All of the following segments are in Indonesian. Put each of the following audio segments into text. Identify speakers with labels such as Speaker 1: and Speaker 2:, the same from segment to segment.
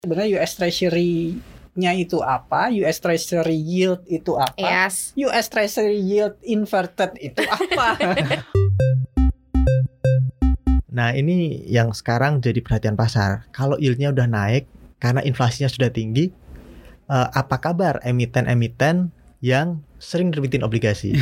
Speaker 1: Sebenarnya US Treasury-nya itu apa? US Treasury yield itu apa?
Speaker 2: Yes.
Speaker 1: US Treasury yield inverted itu apa?
Speaker 3: Nah, ini yang sekarang jadi perhatian pasar. Kalau yieldnya udah naik karena inflasinya sudah tinggi, apa kabar emiten-emiten yang sering nerbitin obligasi?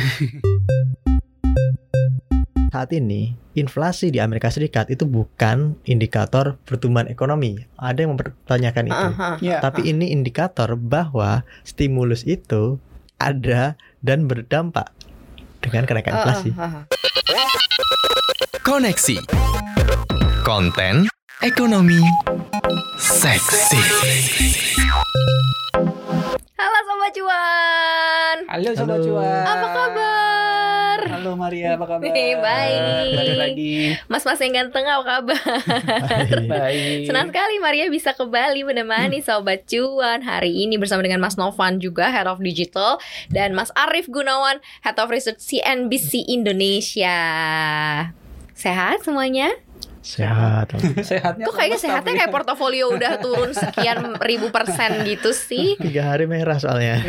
Speaker 3: Saat ini, inflasi di Amerika Serikat itu bukan indikator pertumbuhan ekonomi. Ada yang mempertanyakan itu. Tapi ini indikator bahwa stimulus itu ada dan berdampak dengan kenaikan inflasi.
Speaker 4: Koneksi konten ekonomi seksi.
Speaker 2: Halo Sobat Cuan.
Speaker 1: Halo Sobat Cuan.
Speaker 2: Apa kabar?
Speaker 1: Halo Maria, apa kabar?
Speaker 2: Baik.
Speaker 1: Balik lagi.
Speaker 2: Mas-mas yang ganteng apa kabar?
Speaker 1: Baik.
Speaker 2: Senang sekali Maria bisa kembali menemani Sobat Cuan hari ini bersama dengan Mas Novan juga Head of Digital dan Mas Arief Gunawan Head of Research CNBC Indonesia. Sehat semuanya?
Speaker 3: Sehat.
Speaker 1: Sehatnya
Speaker 2: Kok kayaknya sehatnya kayak portofolio udah turun sekian ribu% gitu sih.
Speaker 3: 3 hari merah soalnya.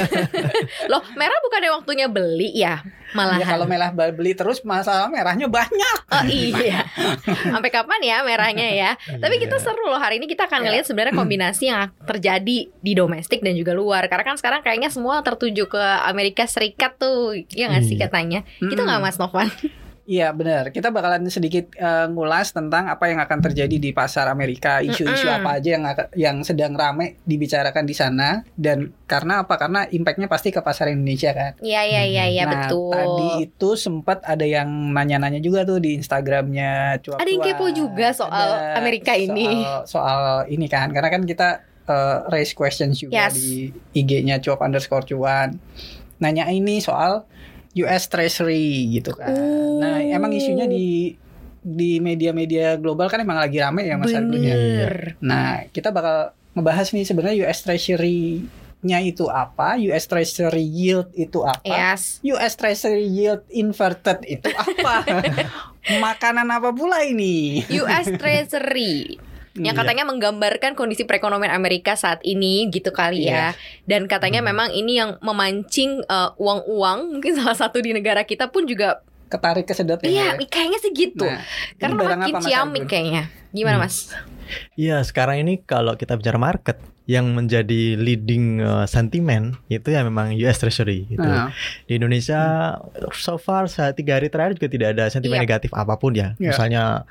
Speaker 2: Loh, merah bukannya waktunya beli ya? Malahan.
Speaker 1: Ya kalau merah beli terus masalah merahnya banyak.
Speaker 2: Oh iya. Sampai kapan ya merahnya ya? Tapi kita seru loh, hari ini kita akan ngelihat sebenarnya kombinasi yang terjadi di domestik dan juga luar. Karena kan sekarang kayaknya semua tertuju ke Amerika Serikat tuh. Ya nggak sih katanya? Gitu nggak Mas Novan?
Speaker 1: Iya benar, kita bakalan sedikit ngulas tentang apa yang akan terjadi di pasar Amerika, isu-isu apa aja yang sedang ramai dibicarakan di sana, dan karena apa? Karena impactnya pasti ke pasar Indonesia kan.
Speaker 2: Iya
Speaker 1: Nah,
Speaker 2: betul.
Speaker 1: tadi itu sempat ada yang nanya-nanya juga tuh di Instagramnya Cuap-Cuan.
Speaker 2: Ada yang kepo juga soal Amerika ini.
Speaker 1: Soal ini kan, karena kan kita raise questions juga di IG-nya Cuap_Cuan. Nanya ini soal US Treasury gitu kan. Nah, emang isunya di media-media global kan emang lagi rame ya Mas Argun ya. Nah, kita bakal ngebahas nih sebenarnya US Treasury-nya itu apa, US Treasury yield itu apa, US Treasury yield inverted itu apa, makanan apa pula ini?
Speaker 2: US Treasury yang katanya menggambarkan kondisi perekonomian Amerika saat ini gitu kali ya. Dan katanya memang ini yang memancing uang-uang, mungkin salah satu di negara kita pun juga
Speaker 1: ketarik kesedot ya.
Speaker 2: Iya, kayaknya sih gitu.
Speaker 1: Nah,
Speaker 2: karena makin ciamik kayaknya. Gimana Mas?
Speaker 3: Iya, sekarang ini kalau kita bicara market, yang menjadi leading sentimen itu ya memang US Treasury gitu. Di Indonesia so far 3 hari terakhir juga tidak ada sentimen negatif apapun ya. Misalnya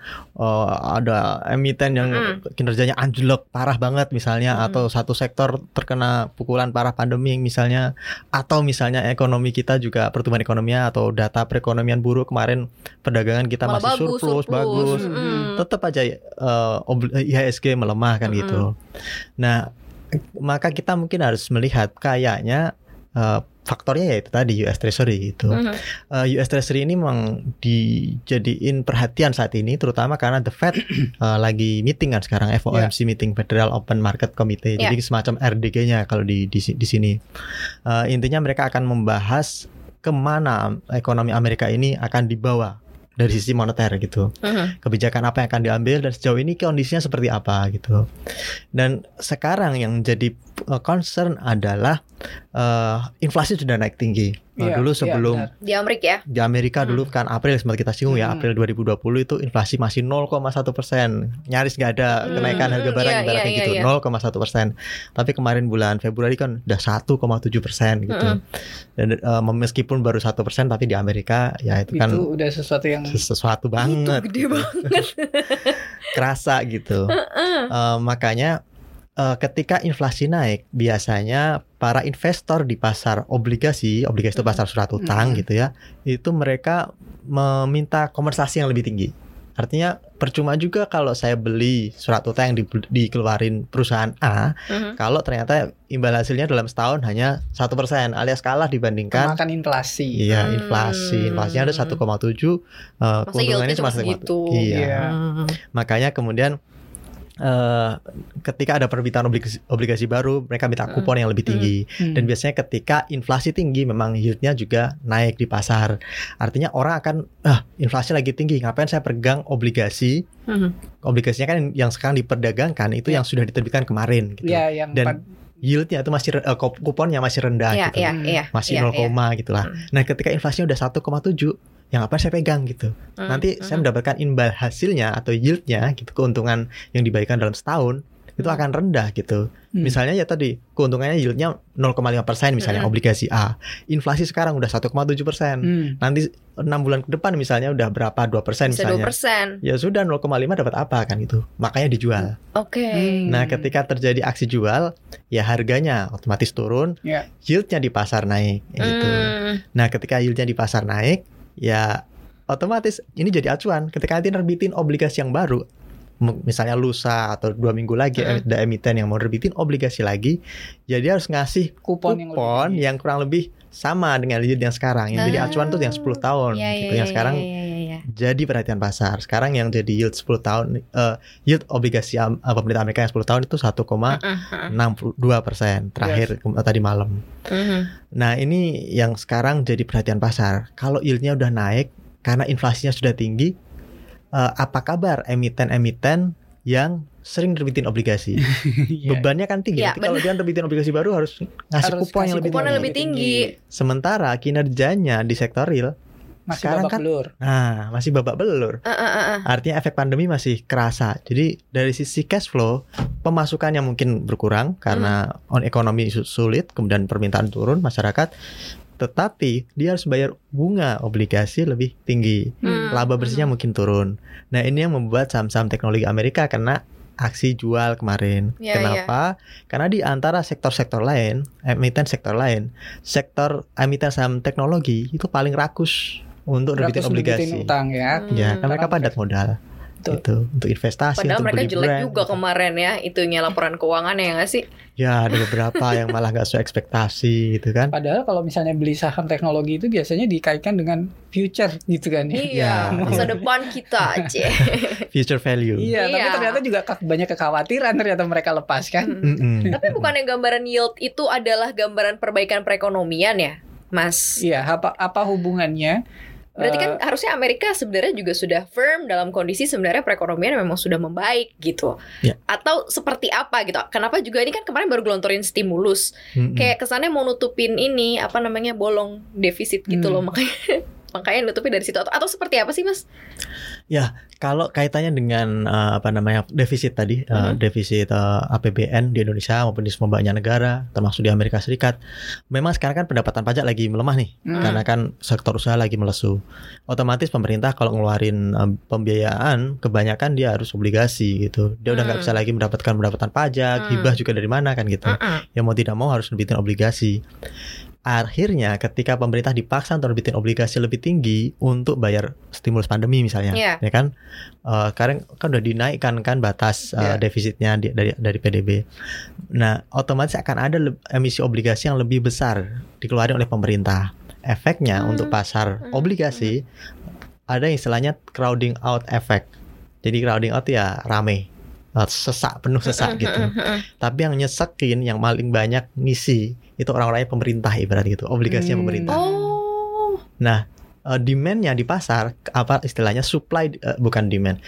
Speaker 3: ada emiten yang kinerjanya anjlok parah banget misalnya, atau satu sektor terkena pukulan parah pandemi misalnya, atau misalnya ekonomi kita juga pertumbuhan ekonominya atau data perekonomian buruk kemarin, perdagangan kita malah masih surplus bagus. Tetap aja IHSG melemah kan gitu. Nah, maka kita mungkin harus melihat kayaknya faktornya yaitu tadi US Treasury gitu. US Treasury ini memang dijadiin perhatian saat ini, terutama karena The Fed lagi meeting kan sekarang, FOMC meeting, Federal Open Market Committee. Jadi semacam RDG-nya kalau di sini. Intinya mereka akan membahas kemana ekonomi Amerika ini akan dibawa dari sisi moneter gitu. Kebijakan apa yang akan diambil dan sejauh ini kondisinya seperti apa gitu. Dan sekarang yang jadi concern adalah inflasi sudah naik tinggi. Dulu sebelum
Speaker 2: di Amerika ya.
Speaker 3: Di Amerika dulu kan April sempat kita singgung ya, April 2020 itu inflasi masih 0,1%. Nyaris nggak ada kenaikan harga barang ibaratnya gitu, 0,1%. Tapi kemarin bulan Februari kan udah 1,7% gitu. Dan meskipun baru 1%, tapi di Amerika ya itu kan
Speaker 1: udah sesuatu
Speaker 3: banget.
Speaker 2: Itu gede banget.
Speaker 3: Kerasa gitu. Makanya ketika inflasi naik, biasanya para investor di pasar obligasi itu pasar surat utang gitu ya, itu mereka meminta kompensasi yang lebih tinggi. Artinya percuma juga kalau saya beli surat utang yang dikeluarin perusahaan A, kalau ternyata imbal hasilnya dalam setahun hanya 1%, alias kalah dibandingkan
Speaker 1: makan inflasi.
Speaker 3: Iya, inflasinya ada 1,7, keuntungannya cuma 1,7. Iya. Makanya kemudian ketika ada permintaan obligasi baru, mereka minta kupon yang lebih tinggi. Dan biasanya ketika inflasi tinggi, memang yieldnya juga naik di pasar. Artinya orang akan, inflasi lagi tinggi, ngapain saya pegang obligasi? Obligasinya kan yang sekarang diperdagangkan itu yang sudah diterbitkan kemarin. Gitu. Dan yieldnya itu masih kuponnya masih rendah, gitu. Masih 0, gitulah. Nah, ketika inflasinya udah 1,7, yang apa saya pegang gitu. Nanti saya mendapatkan imbal hasilnya atau yieldnya gitu, keuntungan yang dibagikan dalam setahun itu akan rendah gitu. Misalnya ya tadi keuntungannya yieldnya 0,5% misalnya obligasi A. Inflasi sekarang udah 1,7%. Nanti 6 bulan ke depan misalnya udah berapa 2% misalnya. 2%. Ya sudah 0,5 dapat apa kan itu. Makanya dijual. Nah, ketika terjadi aksi jual, ya harganya otomatis turun, yieldnya di pasar naik gitu. Nah, ketika yieldnya di pasar naik, ya otomatis ini jadi acuan ketika nanti nerbitin obligasi yang baru, misalnya lusa atau 2 minggu lagi ada emiten yang mau nerbitin obligasi lagi, jadi harus ngasih kupon yang kurang lebih sama dengan yield yang sekarang. Yang jadi acuan tuh yang 10 tahun gitu. Yang sekarang jadi perhatian pasar. Sekarang yang jadi yield 10 tahun, yield obligasi pemerintah Amerika yang 10 tahun itu 1,62% terakhir tadi malam. Nah, ini yang sekarang jadi perhatian pasar. Kalau yieldnya udah naik karena inflasinya sudah tinggi, apa kabar emiten-emiten yang sering nerbitin obligasi? Bebannya kan tinggi. Kalau dia nerbitin obligasi baru harus ngasih kupon yang lebih tinggi. Sementara kinerjanya di sektor real masih sekarang babak belur. Masih babak belur. Artinya efek pandemi masih kerasa. Jadi dari sisi cash flow, pemasukannya mungkin berkurang karena ekonomi sulit, kemudian permintaan turun masyarakat. Tetapi dia harus bayar bunga obligasi lebih tinggi. Laba bersihnya mungkin turun. Nah, ini yang membuat saham-saham teknologi Amerika kena aksi jual kemarin. Kenapa? Karena di antara sektor-sektor lain, emiten sektor lain, sektor emiten saham teknologi itu paling rakus untuk nerbitin obligasi.
Speaker 1: Utang ya.
Speaker 3: Karena mereka padat modal. Itu untuk investasi.
Speaker 2: Padahal
Speaker 3: untuk
Speaker 2: mereka
Speaker 3: beli
Speaker 2: jelek
Speaker 3: brand,
Speaker 2: juga kemarin ya, itunya laporan keuangan ya nggak sih?
Speaker 3: Ya, ada beberapa yang malah nggak sesuai ekspektasi gitu kan.
Speaker 1: Padahal kalau misalnya beli saham teknologi itu biasanya dikaitkan dengan future gitu kan.
Speaker 2: Iya, masa depan kita aja.
Speaker 3: Future value.
Speaker 1: Tapi ternyata juga banyak kekhawatiran ternyata mereka lepaskan.
Speaker 2: Tapi bukannya gambaran yield itu adalah gambaran perbaikan perekonomian ya, Mas?
Speaker 1: Iya, apa hubungannya?
Speaker 2: Berarti kan harusnya Amerika sebenarnya juga sudah firm dalam kondisi sebenarnya perekonomian memang sudah membaik gitu. Atau seperti apa gitu. Kenapa juga ini kan kemarin baru gelontorin stimulus. Kayak kesannya mau nutupin ini bolong defisit gitu loh, makanya nutupi dari situ atau seperti apa sih, Mas?
Speaker 3: Ya, kalau kaitannya dengan defisit tadi, defisit APBN di Indonesia maupun di semua banyak negara, termasuk di Amerika Serikat, memang sekarang kan pendapatan pajak lagi melemah nih, karena kan sektor usaha lagi melesu. Otomatis pemerintah kalau ngeluarin pembiayaan, kebanyakan dia harus obligasi gitu. Dia udah nggak bisa lagi mendapatkan pendapatan pajak, hibah juga dari mana kan gitu. Ya mau tidak mau harus nerbitin obligasi. Akhirnya ketika pemerintah dipaksa untuk nerbitin obligasi lebih tinggi untuk bayar stimulus pandemi misalnya, ya kan, sekarang kan udah dinaikkan kan batas defisitnya dari PDB. Nah, otomatis akan ada emisi obligasi yang lebih besar dikeluarkan oleh pemerintah. Efeknya untuk pasar obligasi ada yang istilahnya crowding out effect. Jadi crowding out ya rame, penuh sesak gitu. Tapi yang nyesekin, yang paling banyak ngisi itu orang-orangnya pemerintah ibarat gitu, obligasinya pemerintah. Nah, demand-nya di pasar, apa istilahnya supply, bukan demand,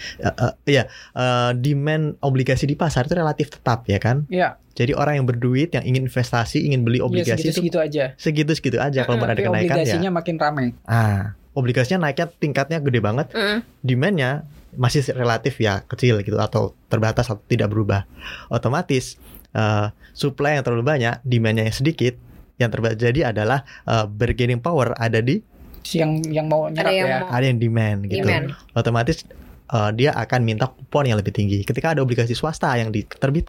Speaker 3: demand obligasi di pasar itu relatif tetap ya kan? Jadi orang yang berduit, yang ingin investasi, ingin beli obligasi
Speaker 1: segitu aja.
Speaker 3: Segitu aja. Kalau ada kenaikan
Speaker 1: obligasinya makin ramai.
Speaker 3: Obligasinya naiknya tingkatnya gede banget, demand-nya masih relatif ya kecil gitu atau terbatas atau tidak berubah. Otomatis supply yang terlalu banyak, demand-nya yang sedikit, yang terjadi adalah bargaining power ada di
Speaker 1: yang mau nyerap
Speaker 3: ada yang demand gitu. Otomatis dia akan minta kupon yang lebih tinggi. Ketika ada obligasi swasta yang diterbitkan,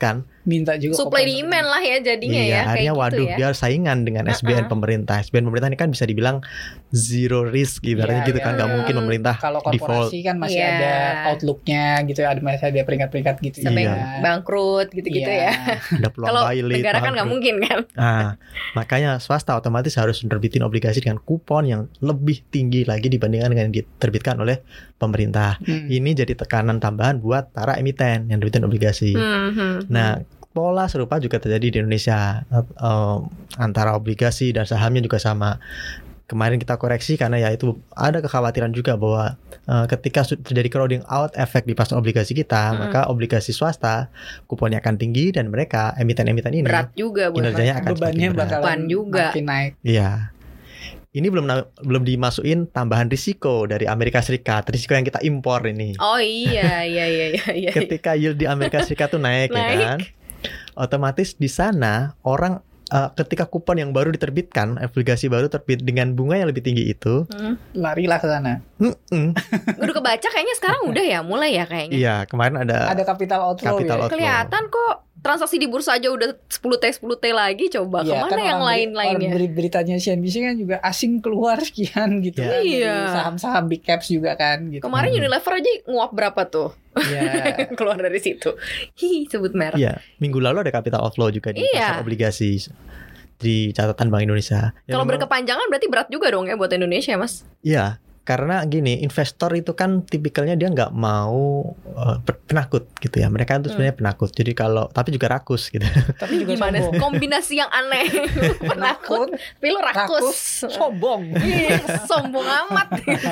Speaker 1: minta juga
Speaker 2: supply demand lah ya jadinya
Speaker 3: iya,
Speaker 2: ya
Speaker 3: akhirnya
Speaker 2: kayak
Speaker 3: waduh
Speaker 2: gitu ya.
Speaker 3: dia saingan dengan SBN pemerintah. SBN pemerintah ini kan bisa dibilang zero risk ibaratnya
Speaker 1: Iya,
Speaker 3: gitu
Speaker 1: iya.
Speaker 3: kan, nggak mungkin pemerintah
Speaker 1: kalau
Speaker 3: default.
Speaker 1: korporasi kan masih
Speaker 2: Iya.
Speaker 1: ada outlooknya gitu ya, masih ada peringkat-peringkat gitu
Speaker 2: Sampai
Speaker 3: Iya.
Speaker 2: bangkrut gitu-gitu
Speaker 1: Iya.
Speaker 2: ya.
Speaker 3: Ada peluang
Speaker 2: Kalau
Speaker 3: bailout,
Speaker 2: negara kan nggak
Speaker 3: bangkrut.
Speaker 2: mungkin kan.
Speaker 3: Nah, makanya swasta otomatis harus nerbitin obligasi dengan kupon yang lebih tinggi lagi dibandingkan dengan yang diterbitkan oleh pemerintah. Ini jadi tekanan tambahan buat para emiten yang nerbitin obligasi. Nah, pola serupa juga terjadi di Indonesia, antara obligasi dan sahamnya juga sama. Kemarin kita koreksi karena ya itu ada kekhawatiran juga bahwa ketika terjadi crowding out efek di pasar obligasi kita, maka obligasi swasta kuponnya akan tinggi dan mereka emiten-emiten ini
Speaker 2: Berat juga buat
Speaker 3: kinerjanya akan
Speaker 1: bebannya
Speaker 3: semakin berat.
Speaker 1: bakalan
Speaker 2: Beban juga.
Speaker 1: makin naik.
Speaker 3: Iya. Ini belum dimasukin tambahan risiko dari Amerika Serikat, risiko yang kita impor ini.
Speaker 2: Oh iya.
Speaker 3: Ketika yield di Amerika Serikat tuh naik, ya kan? Otomatis di sana orang ketika kupon yang baru diterbitkan, obligasi baru terbit dengan bunga yang lebih tinggi itu,
Speaker 1: Larilah ke sana.
Speaker 2: Udah kebaca kayaknya sekarang udah ya mulai ya kayaknya.
Speaker 3: Iya, kemarin ada
Speaker 1: Ada capital outflow
Speaker 3: Capital
Speaker 1: ya.
Speaker 3: outflow.
Speaker 2: Kelihatan kok transaksi di bursa aja udah 10T lagi, coba
Speaker 1: Iya,
Speaker 2: kemana
Speaker 1: kan
Speaker 2: yang lain-lainnya.
Speaker 1: Beritanya CNBC kan juga asing keluar sekian gitu
Speaker 3: Iya.
Speaker 1: kan. Dari
Speaker 2: Iya.
Speaker 1: saham-saham big caps juga kan gitu.
Speaker 2: Kemarin Unilever aja nguap berapa tuh
Speaker 1: Iya.
Speaker 2: keluar dari situ. Sebut merek.
Speaker 3: Iya, minggu lalu ada capital outflow juga di
Speaker 2: Iya.
Speaker 3: pasar obligasi di catatan Bank Indonesia. Ya,
Speaker 2: Kalau
Speaker 3: memang-
Speaker 2: berkepanjangan berarti berat juga dong ya buat Indonesia, Mas.
Speaker 3: Iya, karena gini, investor itu kan tipikalnya dia nggak mau penakut gitu ya. Mereka itu sebenarnya penakut. Jadi tapi juga rakus gitu.
Speaker 1: Tapi juga
Speaker 2: Gimana
Speaker 1: sombong.
Speaker 2: kombinasi yang aneh. Penakut, tapi lu rakus.
Speaker 1: sombong.
Speaker 2: Ih, sombong amat.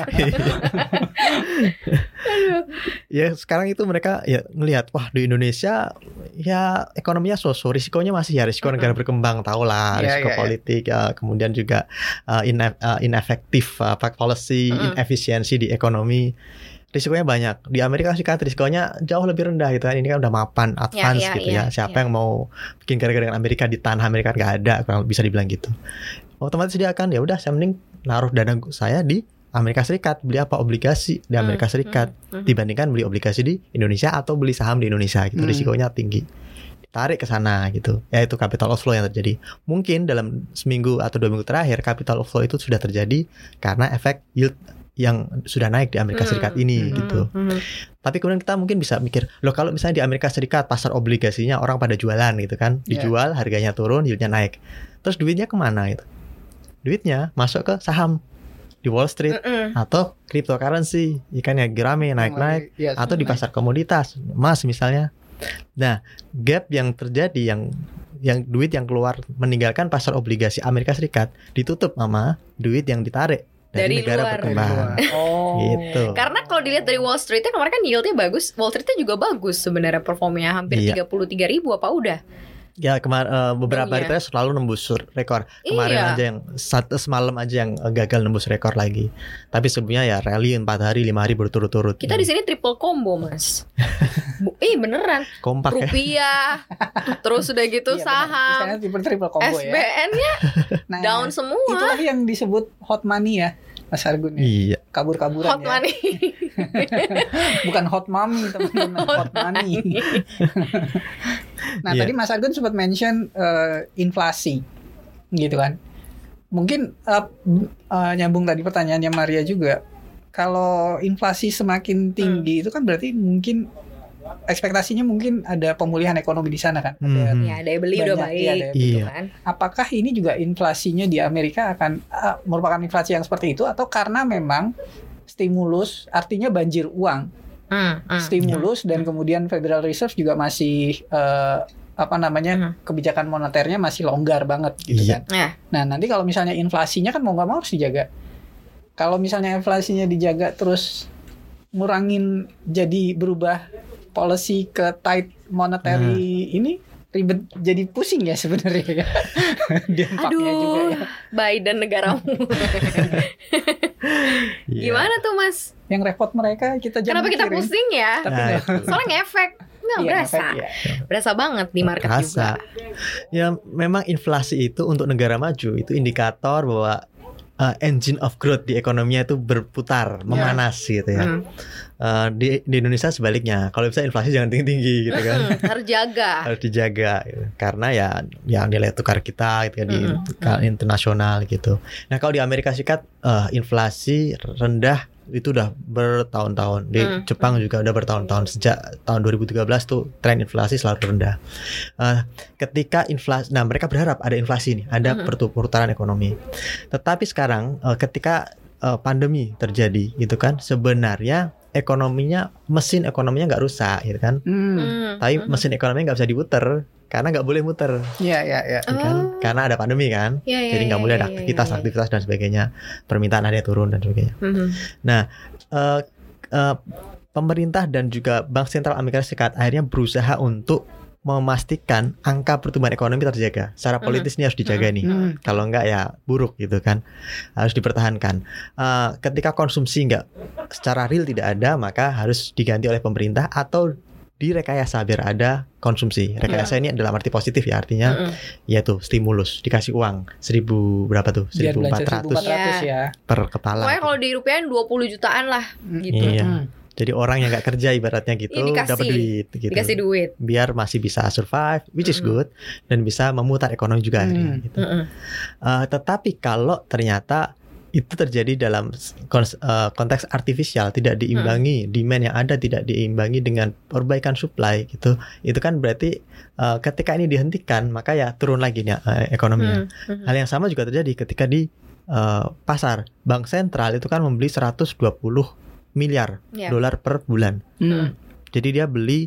Speaker 3: Ya sekarang itu mereka ya ngelihat, wah di Indonesia ya ekonominya so-so, risikonya masih ya risiko negara berkembang, tau lah,
Speaker 1: Iya,
Speaker 3: risiko
Speaker 1: iya, iya.
Speaker 3: politik, kemudian juga inefektif policy, inefisiensi di ekonomi. Risikonya banyak. Di Amerika Serikat risikonya jauh lebih rendah gitu kan. Ini kan udah mapan advance
Speaker 2: Ya,
Speaker 3: gitu
Speaker 2: ya,
Speaker 3: ya. Siapa yang mau bikin gara-gara dengan Amerika di tanah Amerika nggak ada, kurang bisa dibilang gitu. Otomatis dia akan ya udah saya mending naruh dana saya di Amerika Serikat, beli apa obligasi di Amerika Serikat dibandingkan beli obligasi di Indonesia atau beli saham di Indonesia gitu. Risikonya tinggi. Ditarik ke sana gitu. Ya itu capital outflow yang terjadi. Mungkin dalam seminggu atau 2 minggu terakhir capital outflow itu sudah terjadi karena efek yield yang sudah naik di Amerika Serikat ini gitu. Tapi kemudian kita mungkin bisa mikir, loh kalau misalnya di Amerika Serikat pasar obligasinya orang pada jualan gitu kan, dijual harganya turun, yieldnya naik, terus duitnya kemana gitu? Duitnya masuk ke saham di Wall Street atau cryptocurrency, ikannya gerame naik-naik,
Speaker 1: Iya,
Speaker 3: atau di pasar komoditas, emas misalnya. Nah, gap yang terjadi yang duit yang keluar meninggalkan pasar obligasi Amerika Serikat ditutup sama duit yang ditarik dari negara
Speaker 2: luar.
Speaker 3: berkembang.
Speaker 1: Oh.
Speaker 3: Gitu.
Speaker 2: Karena kalau dilihat dari Wall Street-nya kemarin kan yieldnya bagus. Wall Street-nya juga bagus sebenarnya performanya hampir
Speaker 3: Iya.
Speaker 2: 33.000 apa udah?
Speaker 3: Ya beberapa hari
Speaker 2: Iya.
Speaker 3: terakhir selalu nembus rekor. Kemarin
Speaker 2: Iya.
Speaker 3: aja yang semalam aja yang gagal nembus rekor lagi. Tapi sebelumnya ya rally 4 hari 5 hari berturut-turut.
Speaker 2: Kita di sini triple combo, Mas. Beneran.
Speaker 3: kompak ya.
Speaker 2: Rupiah. Terus udah gitu
Speaker 1: Iya,
Speaker 2: saham.
Speaker 1: benar. Misalnya triple combo ya.
Speaker 2: SBN-nya
Speaker 1: Nah,
Speaker 2: down semua.
Speaker 1: itulah yang disebut hot money ya, Mas Argun ya.
Speaker 3: Iya.
Speaker 1: Kabur-kaburan
Speaker 2: Hot
Speaker 1: ya.
Speaker 2: money.
Speaker 1: Bukan hot mommy teman-teman, hot money. Nah,
Speaker 3: Iya.
Speaker 1: tadi Mas Argun sempat mention inflasi. Gitu kan. Mungkin nyambung tadi pertanyaannya Maria juga. Kalau inflasi semakin tinggi itu kan berarti mungkin ekspektasinya mungkin ada pemulihan ekonomi di sana kan. Ada
Speaker 2: Ya, daya beli udah
Speaker 1: banyak,
Speaker 2: baik
Speaker 1: iya,
Speaker 2: gitu
Speaker 3: Iya.
Speaker 2: kan.
Speaker 1: apakah ini juga inflasinya di Amerika akan merupakan inflasi yang seperti itu atau karena memang stimulus artinya banjir uang stimulus dan kemudian Federal Reserve juga masih kebijakan moneternya masih longgar banget gitu
Speaker 3: Iya.
Speaker 1: kan.
Speaker 2: Ya.
Speaker 1: Nah nanti kalau misalnya inflasinya kan mau nggak mau harus dijaga. Kalau misalnya inflasinya dijaga terus ngurangin jadi berubah policy ke tight monetary ini ribet jadi pusing ya sebenarnya ya. Dampaknya juga
Speaker 2: Aduh,
Speaker 1: ya.
Speaker 2: Biden negaramu.
Speaker 3: Iya.
Speaker 2: Gimana tuh, Mas?
Speaker 1: Yang repot mereka kita jangan
Speaker 2: Kenapa kita
Speaker 1: mikirin.
Speaker 2: pusing ya?
Speaker 1: Tapi
Speaker 3: Nah,
Speaker 1: nggak-
Speaker 3: itu.
Speaker 2: Soalnya ngefek. Nggak
Speaker 1: Iya,
Speaker 2: berasa.
Speaker 1: efek, ya.
Speaker 2: Berasa banget di market juga.
Speaker 3: Terasa. Ya memang inflasi itu untuk negara maju itu indikator bahwa engine of growth di ekonominya itu berputar, memanas gitu ya. Di Indonesia sebaliknya, kalau bisa inflasi jangan tinggi-tinggi gitu kan.
Speaker 2: Harus jaga.
Speaker 3: Harus dijaga gitu. Karena ya nilai tukar kita gitu kan di internasional gitu. Nah, kalau di Amerika Serikat inflasi rendah itu udah bertahun-tahun. Di Jepang juga udah bertahun-tahun, sejak tahun 2013 tuh tren inflasi selalu rendah. Ketika inflasi, nah mereka berharap ada inflasi nih, ada perputaran ekonomi. Tetapi sekarang ketika pandemi terjadi gitu kan, sebenarnya mesin ekonominya nggak rusak gitu kan. Tapi mesin ekonominya nggak bisa diputer karena nggak boleh muter.
Speaker 1: Iya.
Speaker 3: Kan? Karena ada pandemi kan. Jadi nggak boleh ada aktivitas dan sebagainya. Permintaan ada turun dan sebagainya. Nah, pemerintah dan juga Bank Sentral Amerika Serikat akhirnya berusaha untuk memastikan angka pertumbuhan ekonomi terjaga. Secara politis ini harus dijaga nih. Kalau enggak ya buruk gitu kan. Harus dipertahankan. Ketika konsumsi enggak secara real tidak ada, maka harus diganti oleh pemerintah atau direkayasa biar ada konsumsi. Rekayasa ini dalam arti positif ya, artinya yaitu stimulus, dikasih uang 1.000 berapa tuh? 1.400
Speaker 1: ya.
Speaker 3: Per kepala.
Speaker 2: Pokoknya kalau dirupiahin 20 jutaan lah gitu.
Speaker 3: Iya. Jadi orang yang nggak kerja ibaratnya gitu dapat duit gitu.
Speaker 2: Dikasih duit
Speaker 3: biar masih bisa survive, which is good, dan bisa memutar ekonomi juga gitu. Tetapi kalau ternyata itu terjadi dalam konteks artifisial, tidak diimbangi, demand yang ada tidak diimbangi dengan perbaikan supply gitu, itu kan berarti ketika ini dihentikan maka ya turun lagi nih ekonominya. Hal yang sama juga terjadi ketika di pasar. Bank sentral itu kan membeli 120 miliar dolar per bulan. Jadi dia beli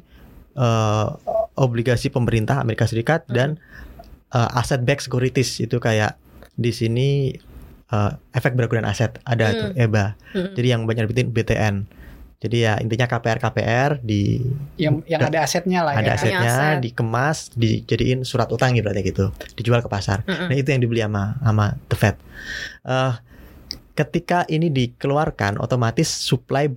Speaker 3: obligasi pemerintah Amerika Serikat dan asset backed securities, itu kayak di sini efek berkegunaan aset ada tuh EBA. Jadi yang banyak dibikin BTN. Jadi ya intinya KPR di
Speaker 1: yang ada asetnya lah.
Speaker 3: Ada
Speaker 1: ya.
Speaker 3: asetnya dikemas, dijadiin surat utang berarti gitu, dijual ke pasar. Nah itu yang dibeli sama The Fed. Ketika ini dikeluarkan, otomatis supply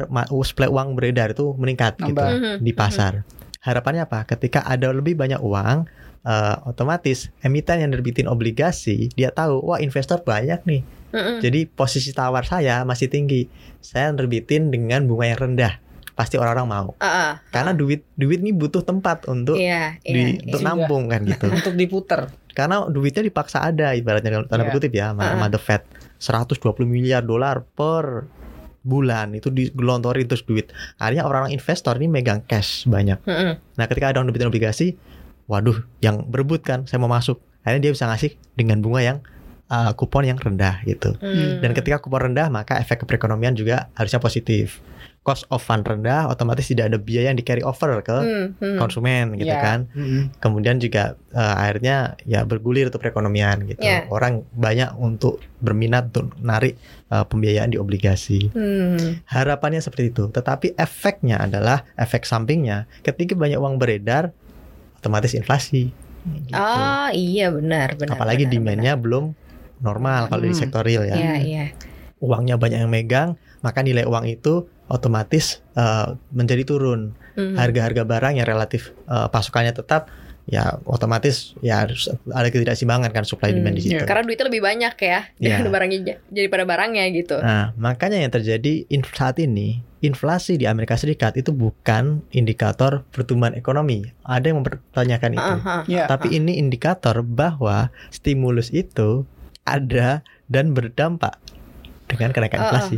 Speaker 3: uang beredar itu meningkat gitu di pasar. Harapannya apa? Ketika ada lebih banyak uang, otomatis emiten yang nerbitin obligasi, dia tahu, wah investor banyak nih. Jadi posisi tawar saya masih tinggi. Saya nerbitin dengan bunga yang rendah. Pasti orang-orang mau. Karena duit ini butuh tempat untuk untuk nampung kan gitu.
Speaker 1: Untuk diputer.
Speaker 3: Karena duitnya dipaksa ada, ibaratnya tanda kutip ya, sama The Fed. 120 miliar dolar per bulan itu digelontorin terus duit. Akhirnya orang-orang investor ini megang cash banyak. Nah ketika ada nerbitin obligasi, waduh yang berebut kan, saya mau masuk. Akhirnya dia bisa ngasih dengan bunga yang kupon yang rendah gitu. Dan ketika kupon rendah, maka efek ke perekonomian juga harusnya positif. Cost of fund rendah, otomatis tidak ada biaya yang di carry over ke konsumen gitu kan. Kemudian juga akhirnya ya bergulir tuh perekonomian gitu. Orang banyak untuk berminat untuk narik pembiayaan di obligasi. Harapannya seperti itu. Tetapi efeknya adalah, efek sampingnya, ketika banyak uang beredar, otomatis inflasi. Gitu.
Speaker 2: Oh iya benar.
Speaker 3: Apalagi demand-nya belum normal kalau di sektor real ya. Uangnya banyak yang megang, maka nilai uang itu otomatis menjadi turun. Harga-harga barang yang relatif pasokannya tetap, ya otomatis ya harus ada ketidakseimbangan kan supply demand di situ.
Speaker 2: Karena duitnya lebih banyak ya daripada barangnya gitu.
Speaker 3: Nah, makanya yang terjadi saat ini, inflasi di Amerika Serikat itu bukan indikator pertumbuhan ekonomi. Ada yang mempertanyakan itu. Tapi ini indikator bahwa stimulus itu ada dan berdampak dengan kenaikan inflasi.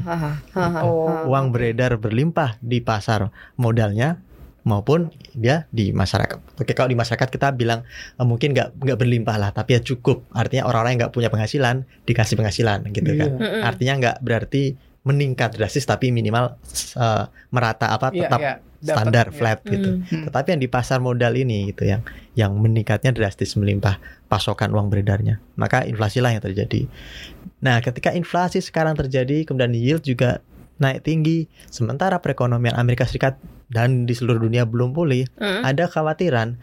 Speaker 3: Uang beredar berlimpah di pasar modalnya maupun dia di masyarakat. Oke, kalau di masyarakat kita bilang mungkin nggak berlimpah lah, tapi ya cukup. Artinya orang-orang yang nggak punya penghasilan dikasih penghasilan gitu kan. Artinya nggak berarti meningkat drastis, tapi minimal merata tetap standar flat gitu. Tetapi yang di pasar modal ini gitu yang meningkatnya drastis, melimpah pasokan uang beredarnya, maka inflasi lah yang terjadi. Nah, ketika inflasi sekarang terjadi, kemudian yield juga naik tinggi, sementara perekonomian Amerika Serikat dan di seluruh dunia belum pulih, ada khawatiran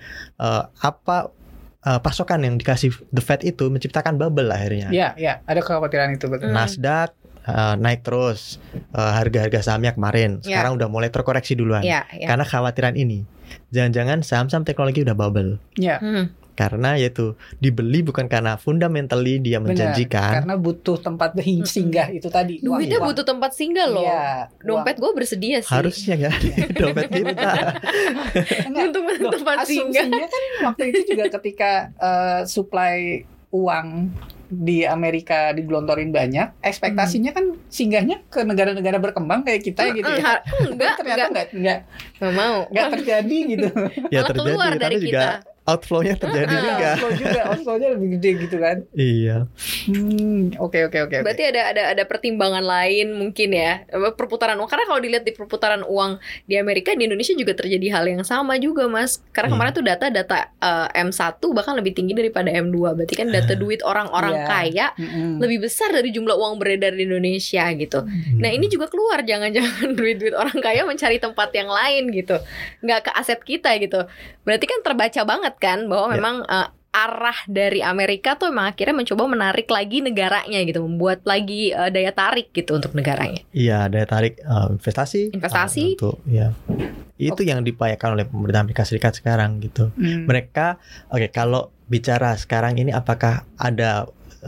Speaker 3: pasokan yang dikasih The Fed itu menciptakan bubble akhirnya.
Speaker 1: Iya, ada kekhawatiran itu betul.
Speaker 3: Nasdaq naik terus, harga-harga sahamnya kemarin sekarang udah mulai terkoreksi duluan karena khawatiran ini. Jangan-jangan saham-saham teknologi udah bubble. Karena yaitu dibeli bukan karena fundamentally dia menjanjikan.
Speaker 1: Karena butuh tempat singgah itu tadi.
Speaker 2: Duitnya butuh tempat singgah loh.
Speaker 1: Iya,
Speaker 2: Dompet gue bersedia sih.
Speaker 3: Harusnya kan dompet kita.
Speaker 2: Untuk tempat singgah.
Speaker 1: Asumsinya kan waktu itu juga ketika supply uang di Amerika digelontorin banyak, ekspektasinya kan singgahnya ke negara-negara berkembang kayak kita gitu ya.
Speaker 2: Enggak,
Speaker 1: ternyata enggak
Speaker 2: mau.
Speaker 1: Enggak terjadi gitu.
Speaker 3: Ya
Speaker 2: Malah
Speaker 3: terjadi,
Speaker 2: keluar dari
Speaker 3: tapi juga
Speaker 2: kita.
Speaker 3: outflow-nya terjadi juga.
Speaker 1: Outflow-nya lebih gede gitu kan.
Speaker 3: Iya.
Speaker 1: Oke.
Speaker 2: Berarti ada pertimbangan lain mungkin ya, perputaran uang. Karena kalau dilihat di perputaran uang di Amerika, di Indonesia juga terjadi hal yang sama juga, Mas. Karena kemarin tuh data M1 bahkan lebih tinggi daripada M2. Berarti kan data duit orang-orang kaya lebih besar dari jumlah uang beredar di Indonesia gitu. Nah, ini juga keluar jangan-jangan duit-duit orang kaya mencari tempat yang lain gitu. Nggak ke aset kita gitu. Berarti kan terbaca banget kan bahwa memang arah dari Amerika tuh emang akhirnya mencoba menarik lagi negaranya gitu, membuat lagi daya tarik gitu untuk negaranya.
Speaker 3: Iya, daya tarik investasi. Untuk itu yang diupayakan oleh pemerintah Amerika Serikat sekarang gitu. Mereka kalau bicara sekarang ini apakah ada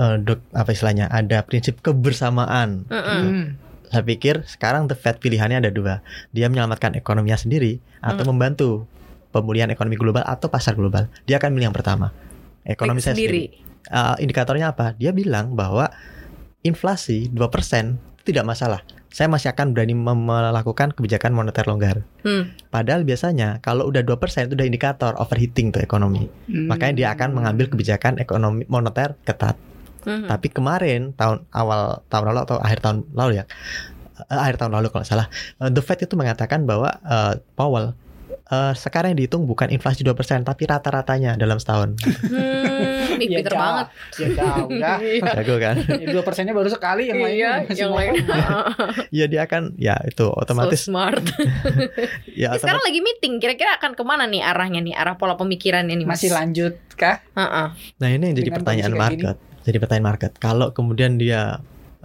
Speaker 3: ada prinsip kebersamaan gitu. Saya pikir sekarang The Fed pilihannya ada dua. Dia menyelamatkan ekonominya sendiri atau membantu pemulihan ekonomi global atau pasar global. Dia akan milih yang pertama. Ekonomi saya sendiri. Indikatornya apa? Dia bilang bahwa inflasi 2% itu tidak masalah. Saya masih akan berani melakukan kebijakan moneter longgar. Padahal biasanya kalau udah 2% itu udah indikator overheating tuh ekonomi. Makanya dia akan mengambil kebijakan ekonomi moneter ketat. Tapi kemarin tahun lalu atau akhir tahun lalu kalau salah, The Fed itu mengatakan bahwa Powell sekarang yang dihitung bukan inflasi 2% tapi rata-ratanya dalam setahun.
Speaker 2: Pinter banget.
Speaker 1: Ya jauh dah.
Speaker 3: Jago kan?
Speaker 1: 2%-nya baru sekali, yang lainnya
Speaker 2: yang lain.
Speaker 3: Ya dia akan itu otomatis
Speaker 2: So smart. Sekarang lagi meeting, kira-kira akan kemana nih arahnya nih, arah pola pemikirannya nih, Mas?
Speaker 1: Masih lanjut kah?
Speaker 3: Nah, ini yang jadi pertanyaan market. Jadi pertanyaan market. Kalau kemudian dia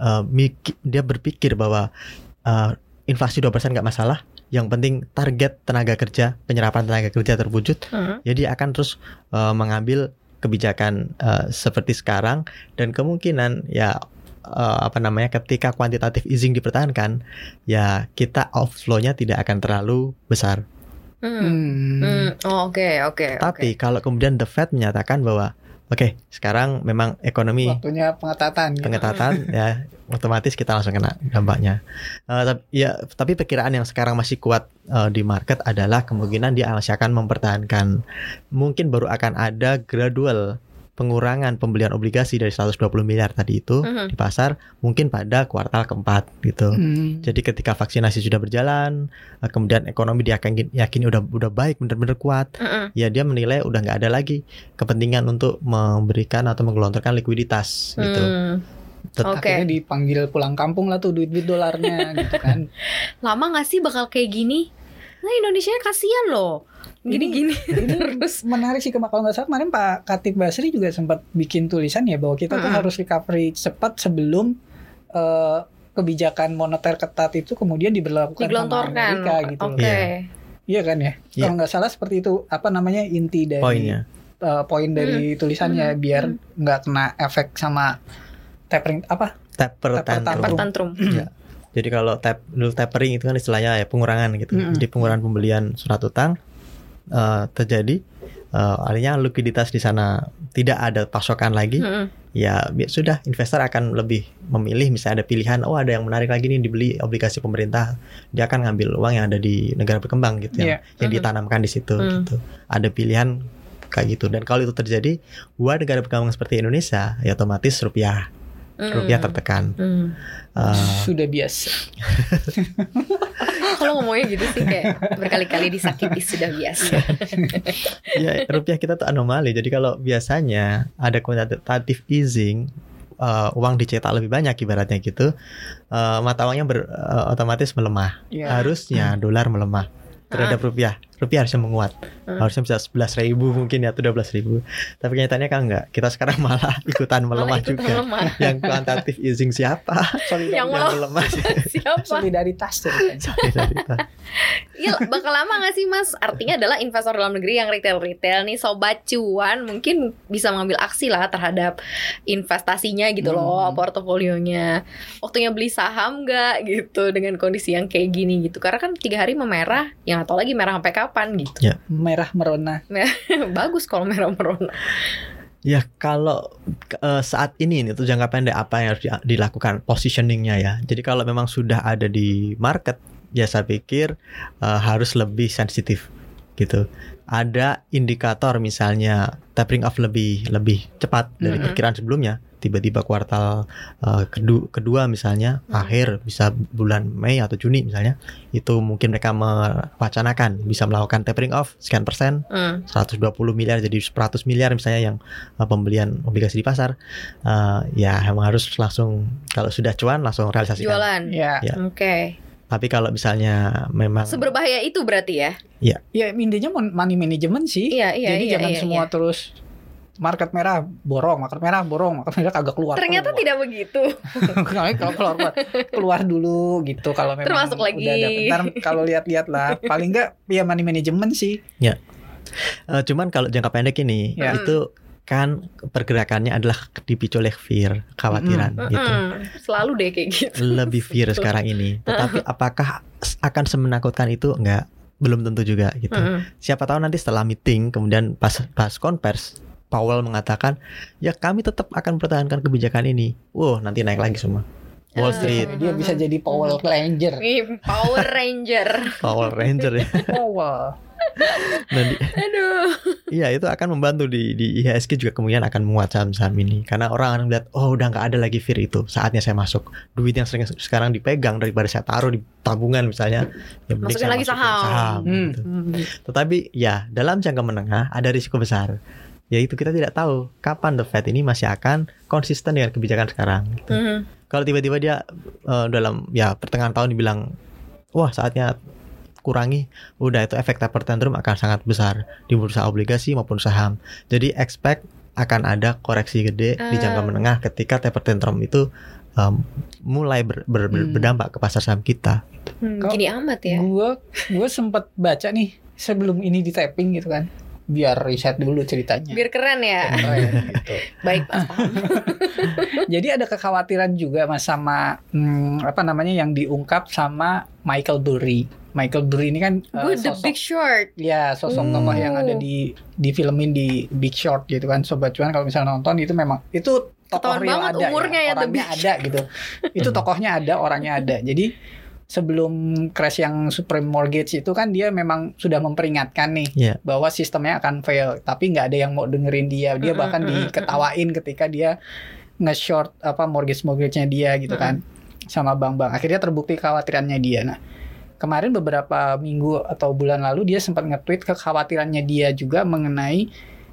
Speaker 3: berpikir bahwa inflasi 2% nggak masalah, yang penting target tenaga kerja, penyerapan tenaga kerja terwujud, ya dia akan terus mengambil kebijakan seperti sekarang, dan kemungkinan ketika kuantitatif easing dipertahankan, ya kita outflow-nya tidak akan terlalu besar.
Speaker 2: Oke.
Speaker 3: Tapi kalau kemudian The Fed menyatakan bahwa sekarang memang ekonomi
Speaker 1: waktunya pengetatan
Speaker 3: ya otomatis kita langsung kena dampaknya. Tapi perkiraan yang sekarang masih kuat di market adalah kemungkinan dia masih akan mempertahankan. Mungkin baru akan ada gradual pengurangan pembelian obligasi dari 120 miliar tadi itu di pasar mungkin pada kuartal keempat gitu. Jadi ketika vaksinasi sudah berjalan, kemudian ekonomi dia yakin udah baik, benar-benar kuat, ya dia menilai udah nggak ada lagi kepentingan untuk memberikan atau menggelontorkan likuiditas gitu.
Speaker 1: Akhirnya dipanggil pulang kampung lah tuh duit-duit dolarnya gitu kan.
Speaker 2: Lama nggak sih bakal kayak gini? Nah, Indonesia kasihan loh. Gini-gini terus.
Speaker 1: Menarik sih, kalau nggak salah kemarin Pak Khatib Basri juga sempat bikin tulisan ya bahwa kita tuh harus recovery cepat sebelum kebijakan moneter ketat itu kemudian diberlakukan sama Amerika gitu. Iya kan ya? Kalau nggak salah seperti itu, inti dari poin dari tulisannya, biar nggak kena efek sama taper tantrum.
Speaker 3: Ya. Jadi kalau tapering itu kan istilahnya ya pengurangan gitu. Jadi pengurangan pembelian surat utang terjadi, artinya likuiditas di sana tidak ada pasokan lagi. Ya sudah, investor akan lebih memilih, misalnya ada pilihan, ada yang menarik lagi nih dibeli obligasi pemerintah, dia akan ngambil uang yang ada di negara berkembang gitu, yang ditanamkan di situ gitu. Ada pilihan kayak gitu. Dan kalau itu terjadi buat negara berkembang seperti Indonesia, ya otomatis rupiah tertekan.
Speaker 1: Sudah biasa.
Speaker 2: Kalau ngomongnya gitu sih kayak berkali-kali disakiti, sudah biasa.
Speaker 3: Ya, rupiah kita tuh anomali. Jadi kalau biasanya ada quantitative easing, uang dicetak lebih banyak ibaratnya gitu, mata uangnya otomatis melemah. Harusnya dolar melemah terhadap rupiah. rupiah harusnya menguat. Harusnya bisa 11.000 mungkin ya, atau 12.000. Tapi kenyataannya kan enggak. Kita sekarang malah ikutan melemah juga. Yang quantitative easing siapa?
Speaker 2: Yang
Speaker 3: melemah
Speaker 2: siapa?
Speaker 1: Solidaritas.
Speaker 2: Iya, bakal lama gak sih Mas? Artinya adalah investor dalam negeri yang retail nih, sobat cuan, mungkin bisa mengambil aksi lah terhadap investasinya gitu loh, portofolionya. Waktunya beli saham gak gitu dengan kondisi yang kayak gini gitu. Karena kan 3 hari memerah, yang atau lagi merah sampai kapan gitu.
Speaker 3: Ya.
Speaker 1: Merah merona.
Speaker 2: Bagus kalau merah merona.
Speaker 3: Ya kalau saat ini tuh jangka pendek apa yang harus dilakukan positioningnya ya. Jadi kalau memang sudah ada di market, ya saya pikir harus lebih sensitif gitu. Ada indikator misalnya tapering off lebih cepat dari perkiraan sebelumnya. Tiba-tiba kuartal kedua misalnya akhir bisa bulan Mei atau Juni misalnya, itu mungkin mereka mewacanakan bisa melakukan tapering off sekian persen, 120 miliar jadi 100 miliar misalnya yang pembelian obligasi di pasar. Ya emang harus langsung, kalau sudah cuan langsung realisasikan.
Speaker 2: Jualan.
Speaker 1: Ya.
Speaker 2: Oke.
Speaker 3: Tapi kalau misalnya memang
Speaker 2: seberbahaya itu berarti ya?
Speaker 3: Iya.
Speaker 1: Ya intinya money management sih. Jadi jangan semua terus market merah borong, market merah kagak keluar.
Speaker 2: Ternyata tidak begitu.
Speaker 1: Kalau keluar dulu gitu kalau memang
Speaker 2: termasuk lagi.
Speaker 1: Udah ada. Bentar kalau lihat-lihat lah. Paling enggak ya money management sih.
Speaker 3: Ya. Cuman kalau jangka pendek ini itu kan pergerakannya adalah dipicu oleh fear, kekhawatiran gitu.
Speaker 2: Selalu deh kayak gitu.
Speaker 3: Lebih fear sekarang ini. Tetapi apakah akan semenakutkan itu? Enggak, belum tentu juga gitu. Siapa tahu nanti setelah meeting kemudian pas konvers Powell mengatakan, ya kami tetap akan mempertahankan kebijakan ini. Nanti naik lagi semua. Wall Street.
Speaker 1: Dia bisa jadi Powell Ranger.
Speaker 2: Power Ranger.
Speaker 3: Power Ranger ya.
Speaker 1: Powell.
Speaker 2: Aduh.
Speaker 3: Iya, itu akan membantu di IHSG juga kemudian akan menguat saham-saham ini. Karena orang akan melihat, udah nggak ada lagi fear itu. Saatnya saya masuk. Duit yang sekarang dipegang daripada saya taruh di tabungan misalnya, ya
Speaker 2: masukin lagi saham.
Speaker 3: Gitu. Tetapi ya dalam jangka menengah ada risiko besar. Yaitu kita tidak tahu kapan The Fed ini masih akan konsisten dengan kebijakan sekarang gitu. Kalau tiba-tiba dia dalam pertengahan tahun dibilang saatnya kurangi, udah itu efek taper tantrum akan sangat besar di bursa obligasi maupun saham. Jadi expect akan ada koreksi gede di jangka menengah ketika taper tantrum itu mulai berdampak ke pasar saham kita.
Speaker 2: Gini amat ya.
Speaker 1: Gue sempat baca nih sebelum ini di tapping gitu kan. Biar riset dulu ceritanya.
Speaker 2: Biar keren ya.
Speaker 1: Gitu.
Speaker 2: Baik, Mas, paham.
Speaker 1: Jadi ada kekhawatiran juga Mas sama yang diungkap sama Michael Burry. Michael Burry ini kan
Speaker 2: The Big Short.
Speaker 1: Ya, sosok tokoh yang ada di filmin di Big Short gitu kan. Sobat cuan kalau misalnya nonton itu memang itu tokoh real ada
Speaker 2: umurnya
Speaker 1: ya. Orangnya ada gitu. Itu tokohnya ada, orangnya ada. Jadi sebelum crash yang Supreme Mortgage itu kan dia memang sudah memperingatkan nih bahwa sistemnya akan fail, tapi nggak ada yang mau dengerin dia. Dia bahkan diketawain ketika dia nge-short mortgage-nya dia gitu kan sama bank-bank. Akhirnya terbukti kekhawatirannya dia. Nah, kemarin beberapa minggu atau bulan lalu dia sempat nge-tweet kekhawatirannya dia juga mengenai